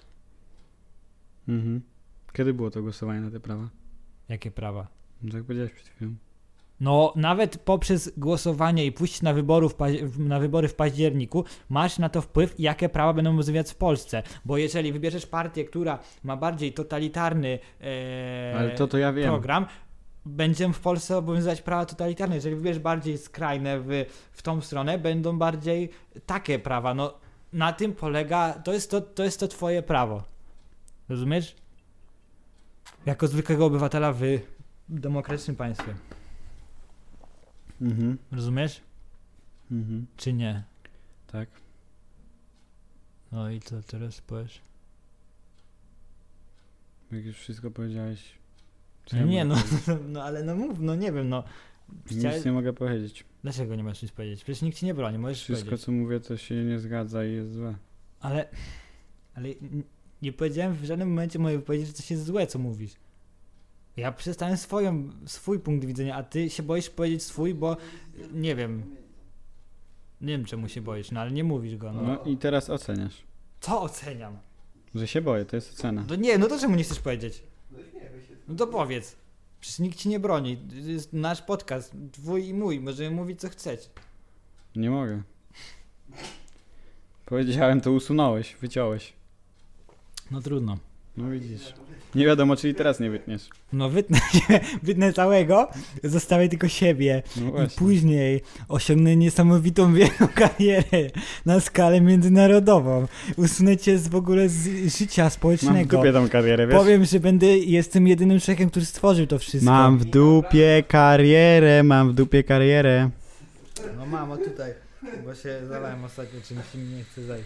Mhm. Kiedy było to głosowanie na te prawa? Jakie prawa? No tak powiedziałeś przed chwilą. No, nawet poprzez głosowanie i pójście na wybory w październiku masz na to wpływ, jakie prawa będą obowiązywać w Polsce. Bo jeżeli wybierzesz partię, która ma bardziej totalitarny Ale to ja wiem. program, będą w Polsce obowiązywać prawa totalitarne. Jeżeli wybierzesz bardziej skrajne w tą stronę, będą bardziej takie prawa. No, na tym polega, to jest to twoje prawo. Rozumiesz? Jako zwykłego obywatela w demokratycznym państwie. Mhm. Rozumiesz? Mhm. Czy nie? Tak. No i co teraz powiesz? Jak już wszystko powiedziałeś. co No ja nie, mogę no, powiedzieć? no ale no mów, no nie wiem, no. Nic nie mogę powiedzieć. Dlaczego nie masz nic powiedzieć? Przecież nikt ci nie broni, możesz Wszystko powiedzieć. co mówię to się nie zgadza i jest złe. Ale nie powiedziałem w żadnym momencie mojej wypowiedzi, że coś jest złe, co mówisz. Ja przedstawiam swój punkt widzenia, a ty się boisz powiedzieć swój, bo nie wiem. Nie wiem czemu się boisz, no ale nie mówisz go. No. No i teraz oceniasz. Co oceniam? Że się boję, to jest ocena. No nie, no to czemu nie chcesz powiedzieć? No to powiedz. Przecież nikt ci nie broni. To jest nasz podcast, twój i mój. Możemy mówić co chcecie. Nie mogę. Powiedziałem, to usunąłeś, wyciąłeś. No trudno. No widzisz. Nie wiadomo, czyli teraz nie wytniesz. No wytnę całego, zostawię tylko siebie. No I właśnie. później osiągnę niesamowitą wielką karierę na skalę międzynarodową. Usunę cię w ogóle z życia Mam w społecznego. dupie tą karierę, wiesz? Powiem, że jestem jedynym człowiekiem, który stworzył to wszystko. Mam w dupie karierę. No mamo tutaj, bo się zalałem ostatnio czymś i mi nie chce zajść.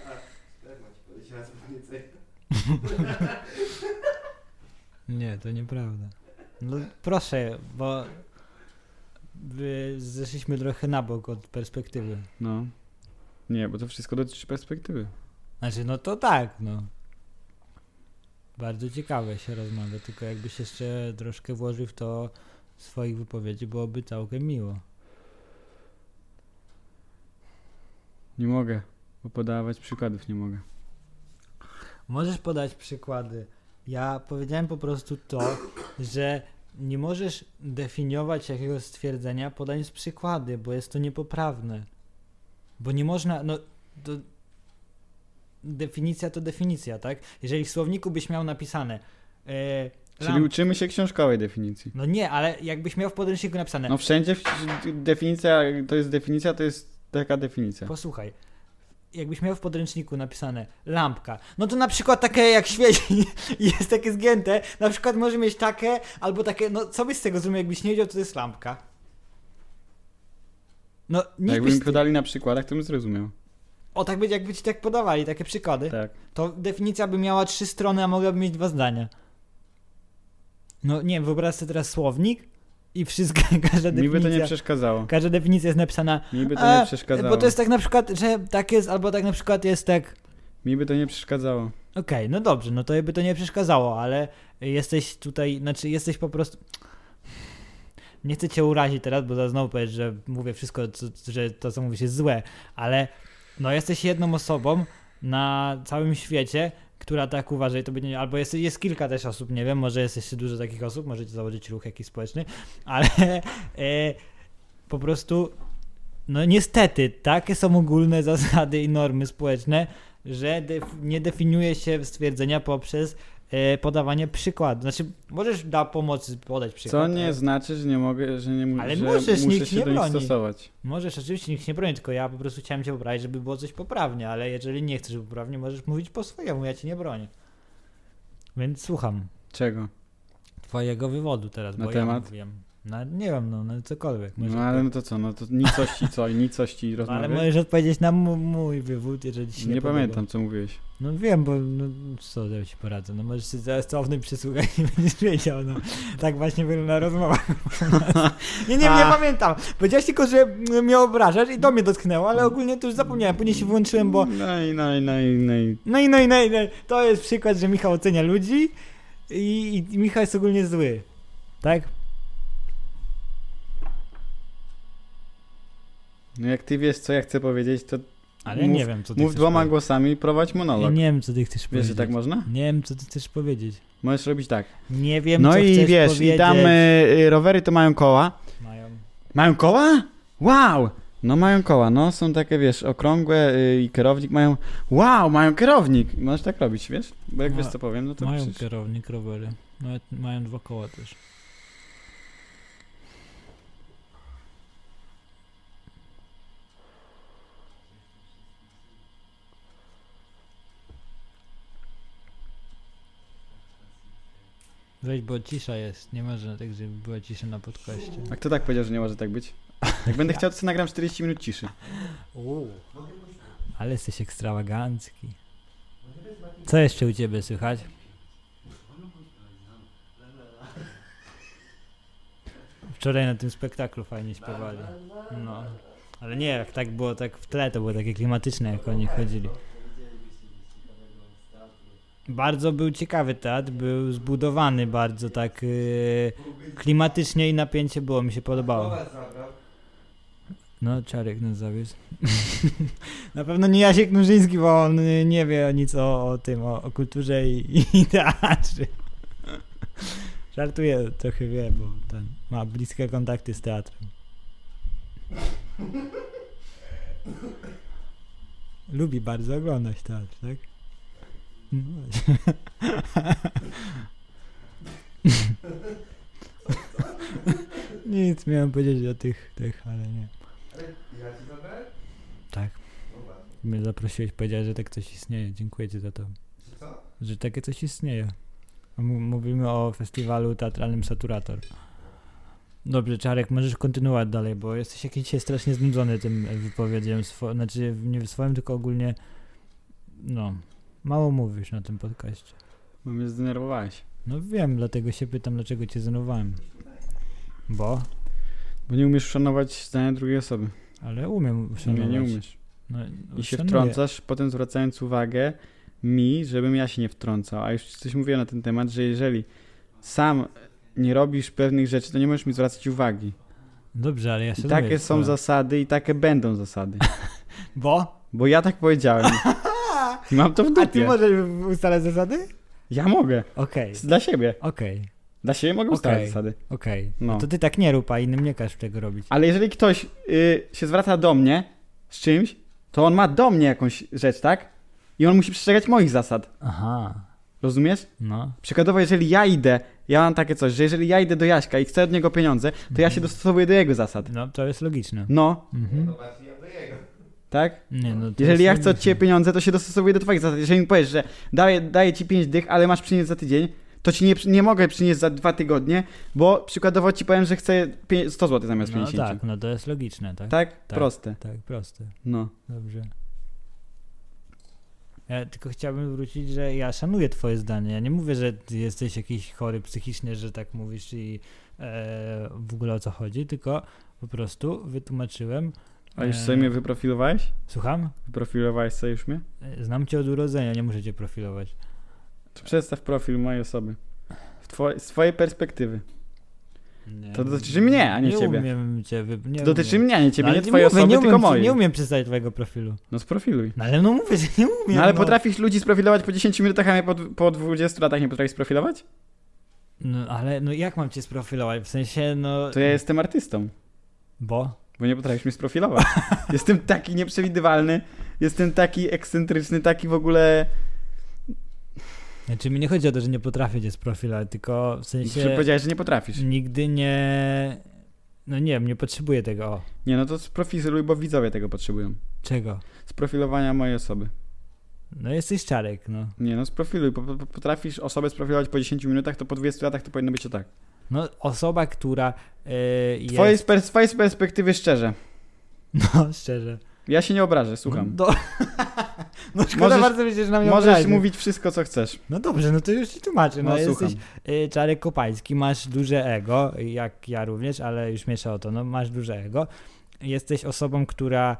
Nie, to nieprawda. No proszę, bo zeszliśmy trochę na bok od perspektywy. No. Nie, bo to wszystko dotyczy perspektywy. Znaczy, no to tak, no. Bardzo ciekawe się rozmawia, tylko jakbyś jeszcze troszkę włożył w to swoich wypowiedzi, byłoby całkiem miło. Nie mogę, bo podawać przykładów nie mogę. Możesz podać przykłady. Ja powiedziałem po prostu to, że nie możesz definiować jakiegoś stwierdzenia podając przykłady, bo jest to niepoprawne. Bo nie można, no to definicja to definicja, tak? Jeżeli w słowniku byś miał napisane Czyli uczymy się książkowej definicji. no nie, ale jakbyś miał w podręczniku napisane No wszędzie definicja, to jest taka definicja. Posłuchaj, jakbyś miał w podręczniku napisane lampka, no to na przykład takie jak świeci i jest takie zgięte, na przykład może mieć takie, albo takie, no co byś z tego zrozumiał, jakbyś nie wiedział, co to jest lampka? No nic Jakby byś mi podali na przykładach, to bym zrozumiał. O tak będzie, jakby ci tak podawali, takie przykłady, Tak. to definicja by miała 3 strony, a mogłaby mieć 2 zdania. No nie wiem, wyobraź sobie teraz słownik i każda definicja... Mi by to nie przeszkadzało. Każda definicja jest napisana... Mi by to nie przeszkadzało. Bo to jest tak na przykład, że tak jest, albo tak na przykład jest tak... Mi by to nie przeszkadzało. Okej, no dobrze, no to by to nie przeszkadzało, ale jesteś tutaj, znaczy jesteś po prostu... Nie chcę cię urazić teraz, bo znowu powiesz, że mówię wszystko, że to co mówisz jest złe, ale no jesteś jedną osobą na całym świecie, która tak uważa i to będzie, albo jest kilka też osób, nie wiem, może jest jeszcze dużo takich osób, możecie założyć ruch jakiś społeczny, ale po prostu no niestety takie są ogólne zasady i normy społeczne, że nie definiuje się stwierdzenia poprzez podawanie przykładu. Znaczy, możesz dla pomocy podać przykład. Co nie znaczy, że nie mogę, że nie Ale że możesz, muszę nikt się nie do nich broni. stosować. Możesz, oczywiście nikt nie broni, tylko ja po prostu chciałem cię poprawić, żeby było coś poprawnie, ale jeżeli nie chcesz poprawnie, możesz mówić po swojemu, ja ci nie bronię. Więc słucham Czego? twojego wywodu teraz, Na bo temat? ja mówiłem. Nie wiem, no cokolwiek. No ale no to co? No to nicości ale rozmawiać? możesz odpowiedzieć na mój wywód, jeżeli ci nie podoba. pamiętam, co mówiłeś. No wiem, bo no, co ja ci poradzę, no możesz się zaraz cofnąć, przesłuchać i będziesz wiedział, no. Tak właśnie wygląda rozmowa. nie pamiętam. Powiedziałeś tylko, że mnie obrażasz i to mnie dotknęło, ale ogólnie to już zapomniałem, później się wyłączyłem, bo no i to jest przykład, że Michał ocenia ludzi i Michał jest ogólnie zły, tak? No jak ty wiesz, co ja chcę powiedzieć, to Ale nie wiem, co ty mów chcesz dwoma powiedzieć. głosami, prowadź Ja monolog. nie wiem, co ty chcesz Wiesz, powiedzieć. że tak można? Nie wiem, co ty chcesz powiedzieć. Możesz robić tak. Nie wiem, No co i chcesz wiesz, powiedzieć. i tam rowery to mają koła Mają. Mają koła? Wow! No mają koła, no są takie, wiesz, okrągłe i kierownik mają... Wow, mają kierownik! Możesz tak robić, wiesz? Bo jak wiesz co powiem, no to Mają przecież... kierownik, rowery. Nawet mają 2 koła też. Weź, bo cisza jest. Nie można tak, żeby była cisza na podcaście. A kto tak powiedział, że nie może tak być? Jak będę chciał, to sobie nagram 40 minut ciszy. Ale jesteś ekstrawagancki. Co jeszcze u ciebie słychać? Wczoraj na tym spektaklu fajnie śpiewali. No. Ale nie, jak tak było tak w tle, to było takie klimatyczne, jak oni chodzili. Bardzo był ciekawy teatr, był zbudowany bardzo tak klimatycznie i napięcie było, mi się podobało. No, Czarek nas zawiózł. Na pewno nie Jasiek Nurzyński, bo on nie wie nic o tym, o kulturze i teatrze. Żartuję, trochę wie, bo ten ma bliskie kontakty z teatrem. Lubi bardzo oglądać teatr, tak? No właśnie. Nic miałem powiedzieć o tych, ale nie. Ja ci zabrałem? Tak. Mnie zaprosiłeś, powiedziałeś, że tak coś istnieje. Dziękuję ci za to. Co? Że takie coś istnieje. Mówimy o festiwalu teatralnym Saturator. Dobrze, Czarek, możesz kontynuować dalej, bo jesteś jakiś dzisiaj strasznie znudzony tym wypowiedziem. Znaczy nie w swoim, tylko ogólnie no, mało mówisz na tym podcaście. Bo mnie zdenerwowałeś. No wiem, dlatego się pytam, dlaczego cię zdenerwowałem. Bo nie umiesz szanować zdania drugiej osoby. ale umiem uszanować. Nie umiesz. No, I się szanuję. wtrącasz, potem zwracając uwagę mi, żebym ja się nie wtrącał. A już coś mówiłem na ten temat, że jeżeli sam nie robisz pewnych rzeczy, to nie możesz mi zwracać uwagi. Dobrze, ale ja I szanuję. takie są zasady i takie będą zasady. Bo ja tak powiedziałem. I mam to w A ty dupie. możesz ustalać zasady? Ja mogę. Okej, Dla siebie. okej, Dla siebie mogę ustalać Okej. zasady. okej. No. To ty tak nie rób, a innym nie każ tego robić. Ale jeżeli ktoś się zwraca do mnie z czymś, to on ma do mnie jakąś rzecz, tak? I on musi przestrzegać moich zasad. Aha, Rozumiesz? no. Przykładowo, jeżeli ja mam takie coś, że jeżeli ja idę do Jaśka i chcę od niego pieniądze, to ja się dostosowuję do jego zasad. No, to jest logiczne. No, Mhm. No właśnie, ja do jego. tak? Nie, no, to Jeżeli jest ja chcę od logiczne. ciebie pieniądze, to się dostosowuję do twoich zasad. Jeżeli mi powiesz, że daję ci 5 dych, ale masz przynieść za tydzień, to ci nie mogę przynieść za 2 tygodnie, bo przykładowo ci powiem, że chcę 100 zł zamiast No 50. tak, no to jest logiczne, tak? Tak? Tak. Proste. Tak, proste. No. Dobrze. Ja tylko chciałbym wrócić, że ja szanuję twoje zdanie. Ja nie mówię, że ty jesteś jakiś chory psychicznie, że tak mówisz i w ogóle o co chodzi, tylko po prostu wytłumaczyłem. A już sobie mnie wyprofilowałeś? Słucham? Wyprofilowałeś sobie już mnie? Znam cię od urodzenia, nie muszę cię profilować. To przedstaw profil mojej osoby. Z twojej perspektywy. Nie, To dotyczy mnie, a nie ciebie. Umiem cię nie To dotyczy umiem. mnie, a nie ciebie, No, ale nie twojej osoby, tylko mojej. Nie umiem przedstawić twojego profilu. No sprofiluj. No ale no mówię, że nie umiem. No ale potrafisz ludzi sprofilować po 10 minutach, a mnie po 20 latach nie potrafisz sprofilować? No ale no jak mam cię sprofilować? W sensie no... To ja jestem artystą, Bo? bo nie potrafisz mnie sprofilować. Jestem taki nieprzewidywalny, jestem taki ekscentryczny, taki w ogóle... Znaczy mi nie chodzi o to, że nie potrafię cię sprofilować, tylko w sensie... Że powiedziałeś, że nie potrafisz. Nigdy nie... No nie wiem, nie potrzebuję tego. O. Nie, no to sprofiluj, bo widzowie tego potrzebują. Czego? Sprofilowania mojej osoby. No jesteś Czarek, no. Nie, no sprofiluj, potrafisz osobę sprofilować po 10 minutach, to po 20 latach to powinno być o tak. No osoba, która jest... Z twojej perspektywy szczerze. No szczerze. Ja się nie obrażę, słucham. No szkoda bardzo, że na mnie Możesz obraził. mówić wszystko, co chcesz. No dobrze, no to już ci tłumaczę. No, słucham. Jesteś Czarek Kopański, masz duże ego, jak ja również, ale już miesza o to, no masz duże ego. Jesteś osobą, która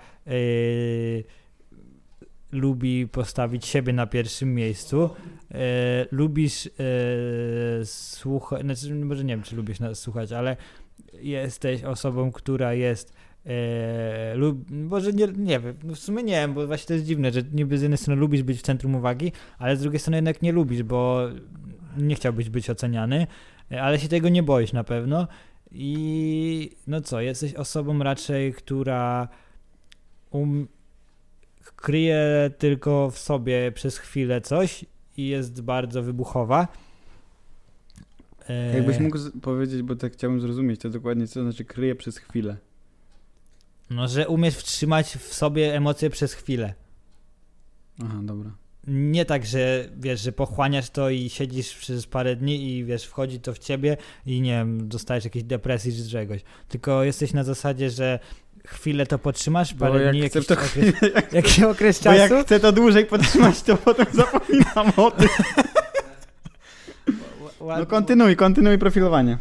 lubi postawić siebie na pierwszym miejscu. Lubisz słuchać, znaczy może nie wiem, czy lubisz nas słuchać, ale jesteś osobą, która jest może nie wiem, no w sumie nie wiem, bo właśnie to jest dziwne, że niby z jednej strony lubisz być w centrum uwagi, ale z drugiej strony jednak nie lubisz, bo nie chciałbyś być oceniany, ale się tego nie boisz na pewno i no co, jesteś osobą raczej, która kryje tylko w sobie przez chwilę coś i jest bardzo wybuchowa. Jakbyś mógł powiedzieć, bo tak chciałbym zrozumieć, to dokładnie co to znaczy kryje przez chwilę. No, że umiesz wtrzymać w sobie emocje przez chwilę. Aha, dobra. Nie tak, że wiesz, że pochłaniasz to i siedzisz przez parę dni i wiesz, wchodzi to w ciebie i nie wiem, dostajesz jakiejś depresji czy czegoś. Tylko jesteś na zasadzie, że chwilę to podtrzymasz, parę dni, jakiś okres czasu. Bo jak chcę to dłużej podtrzymać, to potem zapominam o tym. No kontynuuj profilowanie.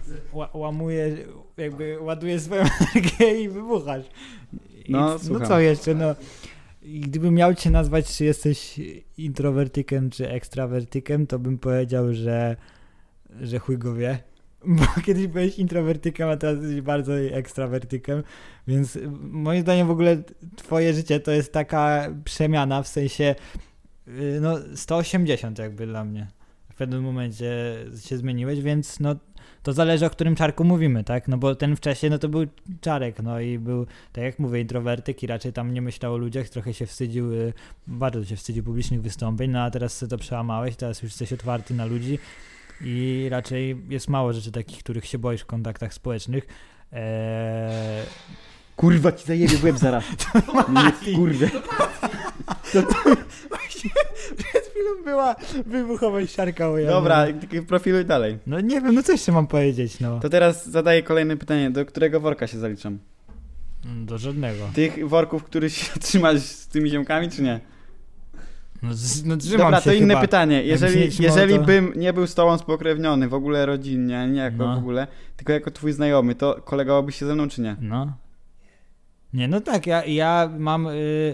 Ładujesz swoją energię i wybuchasz. No, słucham. No co jeszcze, no. I gdybym miał cię nazwać, czy jesteś introwertykiem, czy ekstrawertykiem, to bym powiedział, że chuj go wie. Bo kiedyś byłeś introwertykiem, a teraz jesteś bardzo ekstrawertykiem, więc moim zdaniem w ogóle twoje życie to jest taka przemiana, w sensie no 180 jakby dla mnie. W pewnym momencie się zmieniłeś, więc no to zależy, o którym Czarku mówimy, tak? No bo ten wcześniej, no to był Czarek, no i był, tak jak mówię, introwertyk i raczej tam nie myślał o ludziach, trochę się wstydził, bardzo się wstydził publicznych wystąpień, no a teraz sobie to przełamałeś, teraz już jesteś otwarty na ludzi i raczej jest mało rzeczy takich, których się boisz w kontaktach społecznych. Kurwa, ci zajebie w łeb zaraz. Nie, kurde. Właśnie przed chwilą była wybuchowość Czarka. Dobra, profiluj dalej. No nie wiem, no co jeszcze mam powiedzieć, no. To teraz zadaję kolejne pytanie. Do którego worka się zaliczam? Do żadnego. Tych worków, których się trzymasz z tymi ziomkami, czy nie? No trzymam Dobra, się to inne chyba. pytanie. Trzymał, Jeżeli to... bym nie był z tobą spokrewniony, w ogóle rodzinnie, nie jako w ogóle, tylko jako twój znajomy, to kolegowałbyś się ze mną, czy nie? No. Nie, no tak, ja mam...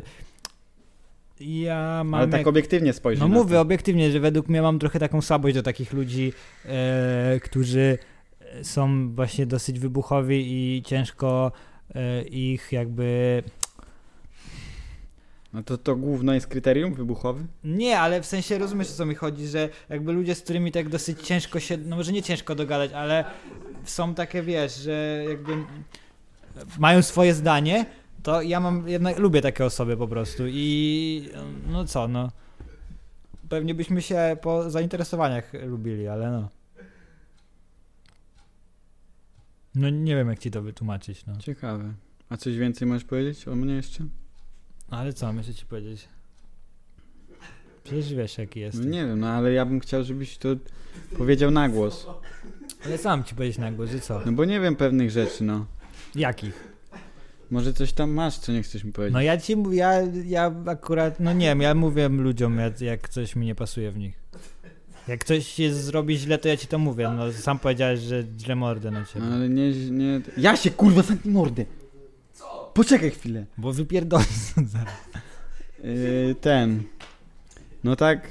Ale tak obiektywnie spojrzyj. No mówię obiektywnie, że według mnie mam trochę taką słabość do takich ludzi, którzy są właśnie dosyć wybuchowi i ciężko ich jakby... No to gówno jest kryterium wybuchowy? Nie, ale w sensie rozumiesz, o co mi chodzi, że jakby ludzie, z którymi tak dosyć ciężko się, no może nie ciężko dogadać, ale są takie, wiesz, że jakby mają swoje zdanie, to ja mam jednak, lubię takie osoby po prostu i no co, no pewnie byśmy się po zainteresowaniach lubili, ale no. No nie wiem, jak ci to wytłumaczyć, no. Ciekawe. A coś więcej możesz powiedzieć o mnie jeszcze? Ale co, muszę ci powiedzieć? Przecież wiesz, jaki jest. No nie wiem, no ale ja bym chciał, żebyś to powiedział na głos. Ale sam ci powiedzieć na głos, że co? No bo nie wiem pewnych rzeczy, no. Jakich? Może coś tam masz, co nie chcesz mi powiedzieć. No ja ci mówię, ja akurat, no nie wiem, ja mówię ludziom, jak coś mi nie pasuje w nich. Jak coś się zrobi źle, to ja ci to mówię. No sam powiedziałeś, że źle mordę na ciebie. Ale nie... Ja się kurwa zamknij mordę! Co? Poczekaj chwilę. Bo wypierdolę zaraz. No tak,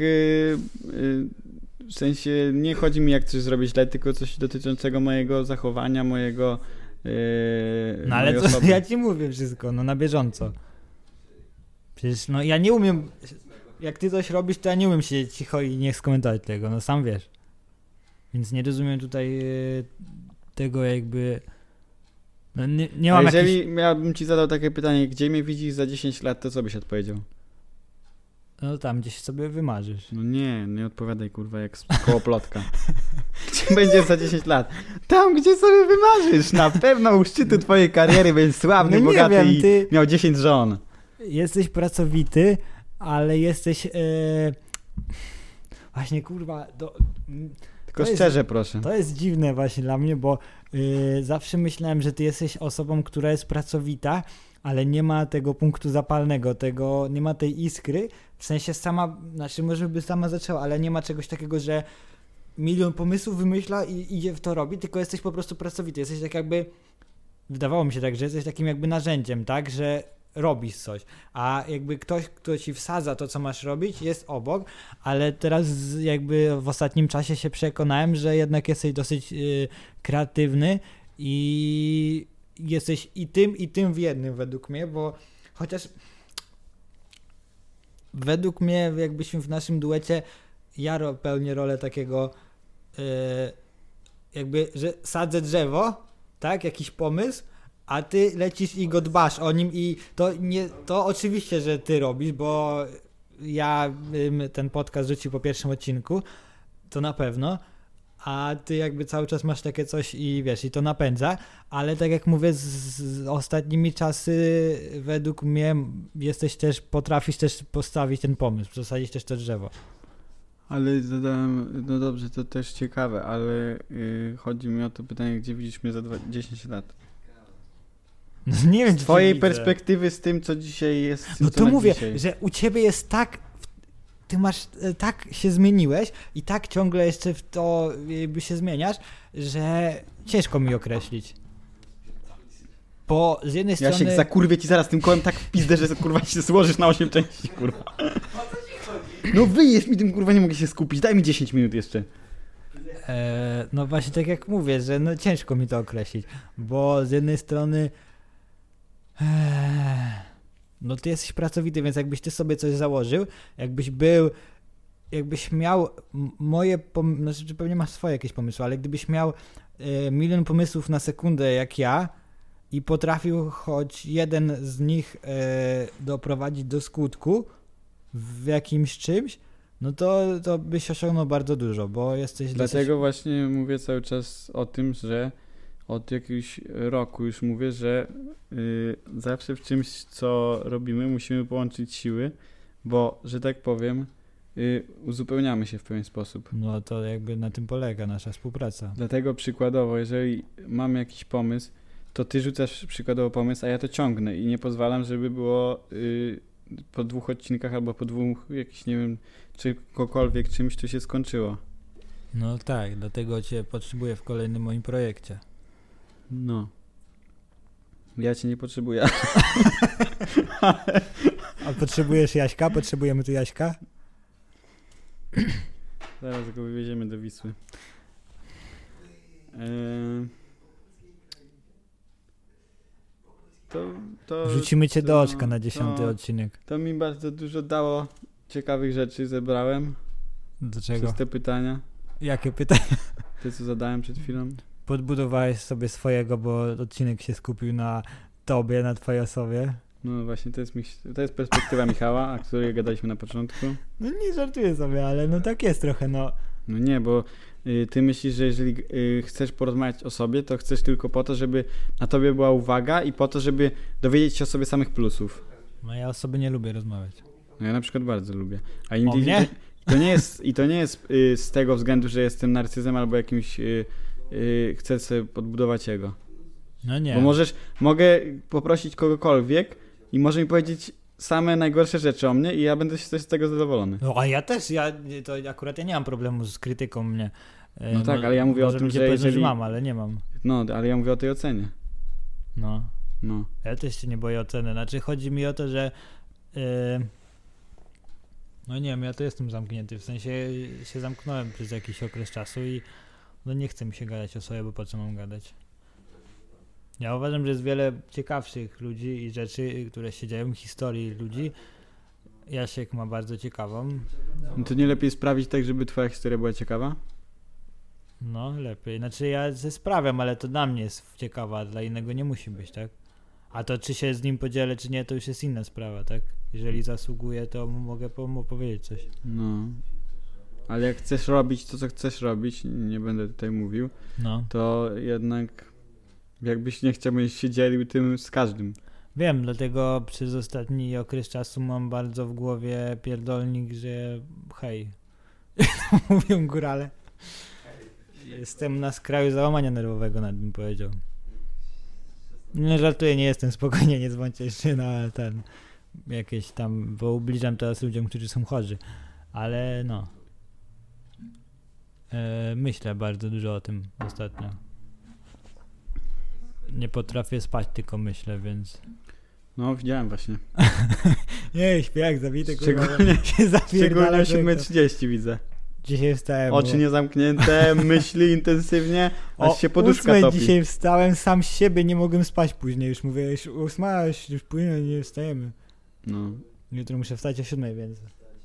w sensie nie chodzi mi jak coś zrobić źle, tylko coś dotyczącego mojego zachowania, mojego... No ale to ja ci mówię wszystko, no na bieżąco. Przecież no ja nie umiem, jak ty coś robisz, to ja nie umiem siedzieć cicho i nie skomentować tego, no sam wiesz. Więc nie rozumiem tutaj tego jakby... No nie mam jeżeli miałbym ci zadał takie pytanie, gdzie mnie widzisz za 10 lat, to co byś odpowiedział? No tam gdzieś sobie wymarzysz. No nie odpowiadaj kurwa jak kołoplotka. Gdzie będziesz za 10 lat? Tam gdzie sobie wymarzysz, na pewno u szczytu twojej kariery będziesz sławny, no bogaty wiem, i miał 10 żon. Jesteś pracowity, ale jesteś... Właśnie kurwa... Tylko szczerze proszę. To jest dziwne właśnie dla mnie, bo zawsze myślałem, że ty jesteś osobą, która jest pracowita, ale nie ma tego punktu zapalnego, nie ma tej iskry, w sensie może by sama zaczęła, ale nie ma czegoś takiego, że milion pomysłów wymyśla i idzie w to robi, tylko jesteś po prostu pracowity, jesteś tak jakby, wydawało mi się tak, że jesteś takim jakby narzędziem, tak, że robisz coś, a jakby ktoś, kto ci wsadza to, co masz robić, jest obok, ale teraz jakby w ostatnim czasie się przekonałem, że jednak jesteś dosyć kreatywny i jesteś i tym w jednym według mnie, bo chociaż według mnie jakbyśmy w naszym duecie ja pełnię rolę takiego jakby, że sadzę drzewo tak, jakiś pomysł, a ty lecisz i go dbasz o nim i to oczywiście, że ty robisz, bo ja ten podcast rzucił po pierwszym odcinku, to na pewno, a ty jakby cały czas masz takie coś i wiesz, i to napędza, ale tak jak mówię, z ostatnimi czasy według mnie potrafisz też postawić ten pomysł, zasadzić też to drzewo. Ale zadałem, no dobrze, to też ciekawe, ale chodzi mi o to pytanie, gdzie widzisz mnie za 10 lat? No, nie wiem, Z twojej perspektywy z tym, co dzisiaj jest, z tym, no co to na mówię, dzisiaj. że u ciebie jest tak, ty masz, tak się zmieniłeś i tak ciągle jeszcze w to jakby się zmieniasz, że ciężko mi określić. Bo z jednej strony... Jasiek, zakurwię ci zaraz tym kołem tak w pizdę, że kurwa się złożysz na 8 części, kurwa. No wyjesz mi tym, kurwa, nie mogę się skupić, daj mi 10 minut jeszcze. No właśnie tak jak mówię, że no ciężko mi to określić, bo z jednej strony no ty jesteś pracowity, więc jakbyś ty sobie coś założył, jakbyś miał znaczy pewnie masz swoje jakieś pomysły, ale gdybyś miał milion pomysłów na sekundę jak ja i potrafił choć jeden z nich doprowadzić do skutku w jakimś czymś, no to byś osiągnął bardzo dużo, bo jesteś... Dlatego właśnie mówię cały czas o tym, że od jakiegoś roku już mówię, że zawsze w czymś, co robimy, musimy połączyć siły, bo, że tak powiem, uzupełniamy się w pewien sposób. No to jakby na tym polega nasza współpraca. Dlatego przykładowo, jeżeli mamy jakiś pomysł, to ty rzucasz przykładowo pomysł, a ja to ciągnę i nie pozwalam, żeby było po 2 odcinkach albo po 2 jakichś, nie wiem, czegokolwiek czymś to się skończyło. No tak, dlatego cię potrzebuję w kolejnym moim projekcie. No. Ja cię nie potrzebuję. A potrzebujesz Jaśka? Potrzebujemy tu Jaśka? Zaraz go wywieziemy do Wisły. Wrzucimy cię do oczka na 10. odcinek. To mi bardzo dużo dało ciekawych rzeczy, zebrałem. Do czego? Przez te pytania. Jakie pytania? Te, co zadałem przed chwilą. Podbudowałeś sobie swojego, bo odcinek się skupił na tobie, na twojej osobie. No właśnie, to jest perspektywa Michała, o której gadaliśmy na początku. No nie żartuję sobie, ale no tak jest trochę, no. No nie, bo ty myślisz, że jeżeli chcesz porozmawiać o sobie, to chcesz tylko po to, żeby na tobie była uwaga i po to, żeby dowiedzieć się o sobie samych plusów. No ja o sobie nie lubię rozmawiać. No ja na przykład bardzo lubię. A O mnie? to nie jest z tego względu, że jestem narcyzem albo jakimś chcę sobie podbudować jego. No nie. Bo mogę poprosić kogokolwiek i może mi powiedzieć same najgorsze rzeczy o mnie i ja będę się z tego zadowolony. No a ja też, to akurat ja nie mam problemu z krytyką mnie. No tak, ale ja mówię o tym, że jeżeli... mam, ale nie mam. No, ale ja mówię o tej ocenie. No. No. Ja też się nie boję oceny. Znaczy chodzi mi o to, że no nie wiem, ja to jestem zamknięty. W sensie się zamknąłem przez jakiś okres czasu i no nie chce mi się gadać o sobie, bo po co mam gadać? Ja uważam, że jest wiele ciekawszych ludzi i rzeczy, które się dzieją, historii ludzi. Jasiek ma bardzo ciekawą. No to nie lepiej sprawić tak, żeby twoja historia była ciekawa? No, lepiej. Znaczy ja ze sprawiam, ale to dla mnie jest ciekawa, a dla innego nie musi być, tak? A to czy się z nim podzielę, czy nie, to już jest inna sprawa, tak? Jeżeli zasługuje, to mogę mu powiedzieć coś. No. Ale jak chcesz robić to, co chcesz robić, nie będę tutaj mówił, No. to jednak jakbyś nie chciał, byś się dzielił tym z każdym. Wiem, dlatego przez ostatni okres czasu mam bardzo w głowie pierdolnik, że hej, mówią górale. Jestem na skraju załamania nerwowego, nawet bym powiedział. Nie żartuję, nie jestem, spokojnie, nie dzwońcie jeszcze na ten jakieś tam, bo ubliżam teraz ludziom, którzy są chorzy. Ale no. Myślę bardzo dużo o tym ostatnio. Nie potrafię spać, tylko myślę, więc... No, widziałem właśnie. Nie, śpię jak zabity, Szczególnie, się zapierdala. szczególnie o 7:30 widzę. Dzisiaj wstałem. Oczy niezamknięte, myśli intensywnie, aż się poduszka 8 topi. dzisiaj wstałem, sam z siebie nie mogłem spać później. Już mówię, już 8, już później nie wstajemy. No. Jutro muszę wstać o 7, więc...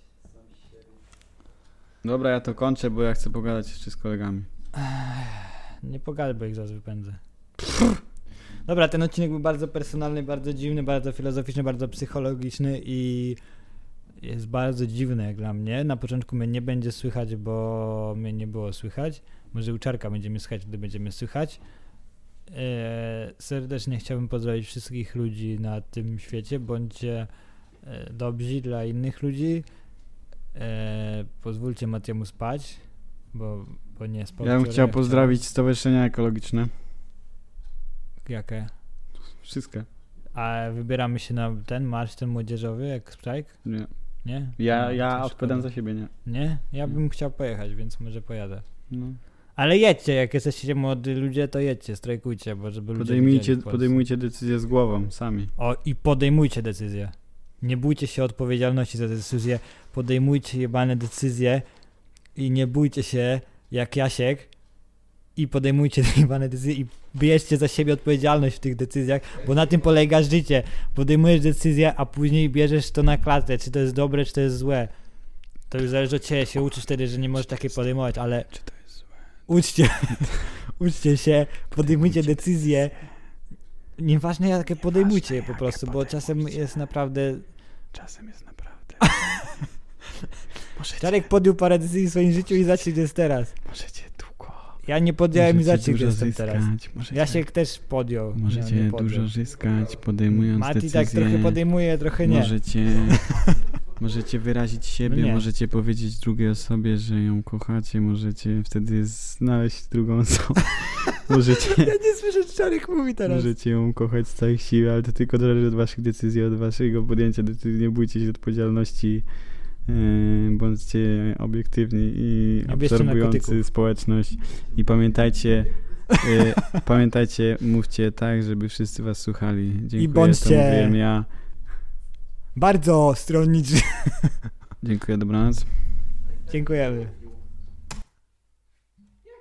Dobra, ja to kończę, bo ja chcę pogadać jeszcze z kolegami. Nie pogadaj, bo ich zaraz wypędzę. Dobra, ten odcinek był bardzo personalny, bardzo dziwny, bardzo filozoficzny, bardzo psychologiczny i jest bardzo dziwny jak dla mnie. Na początku mnie nie będzie słychać, bo mnie nie było słychać. Może u Czarka będziemy słychać, gdy będziemy słychać. Serdecznie chciałbym pozdrowić wszystkich ludzi na tym świecie. Bądźcie dobrzy dla innych ludzi. Pozwólcie Matiemu spać, bo nie spał. Ja bym chciał pozdrowić stowarzyszenia ekologiczne. Jakie? Wszystkie. A wybieramy się na ten marsz, ten młodzieżowy, jak strajk? Nie. Nie? Ja to odpowiadam szkoda. za siebie, nie. Nie? Ja bym chciał pojechać, więc może pojadę. No. Ale jedźcie, jak jesteście młodzi ludzie, to jedźcie, strajkujcie, bo żeby ludzie widzieli w Polsce. Podejmujcie decyzję z głową, sami. O, i podejmujcie decyzje. Nie bójcie się odpowiedzialności za te decyzje. Podejmujcie jebane decyzje i nie bójcie się jak Jasiek i podejmujcie te jebane decyzje i bierzcie za siebie odpowiedzialność w tych decyzjach, bo na tym polega życie. Podejmujesz decyzję, a później bierzesz to na klatę, czy to jest dobre, czy to jest złe. To już zależy od ciebie, się uczysz wtedy, że nie możesz takiej podejmować, ale Czy to jest złe? uczcie się, podejmujcie decyzje. Nieważne jakie podejmujcie je po prostu, bo czasem jest naprawdę... Czasem jest naprawdę. Czarek podjął parę decyzji w swoim życiu i zacznij jest teraz. Możecie długo. Ja nie podjąłem i Możecie zacznij dużo jestem teraz. Możecie, Jasiek też podjął. możecie nie podjął. dużo zyskać, podejmując Mati decyzje. tak trochę podejmuje, trochę nie. Możecie wyrazić siebie, No nie. możecie powiedzieć drugiej osobie, że ją kochacie, możecie wtedy znaleźć drugą osobę. Możecie, Ja nie słyszę, co Czarek mówi teraz. możecie ją kochać z całych sił, ale to tylko zależy od waszych decyzji, od waszego podjęcia decyzji. Nie bójcie się odpowiedzialności, bądźcie obiektywni i Nie bierzcie absorbujący narkotyków. społeczność. I pamiętajcie, mówcie tak, żeby wszyscy was słuchali. Dziękuję, bądźcie- to mówiłem ja. Bardzo stronniczy. Dziękuję, dobranoc. Dziękujemy.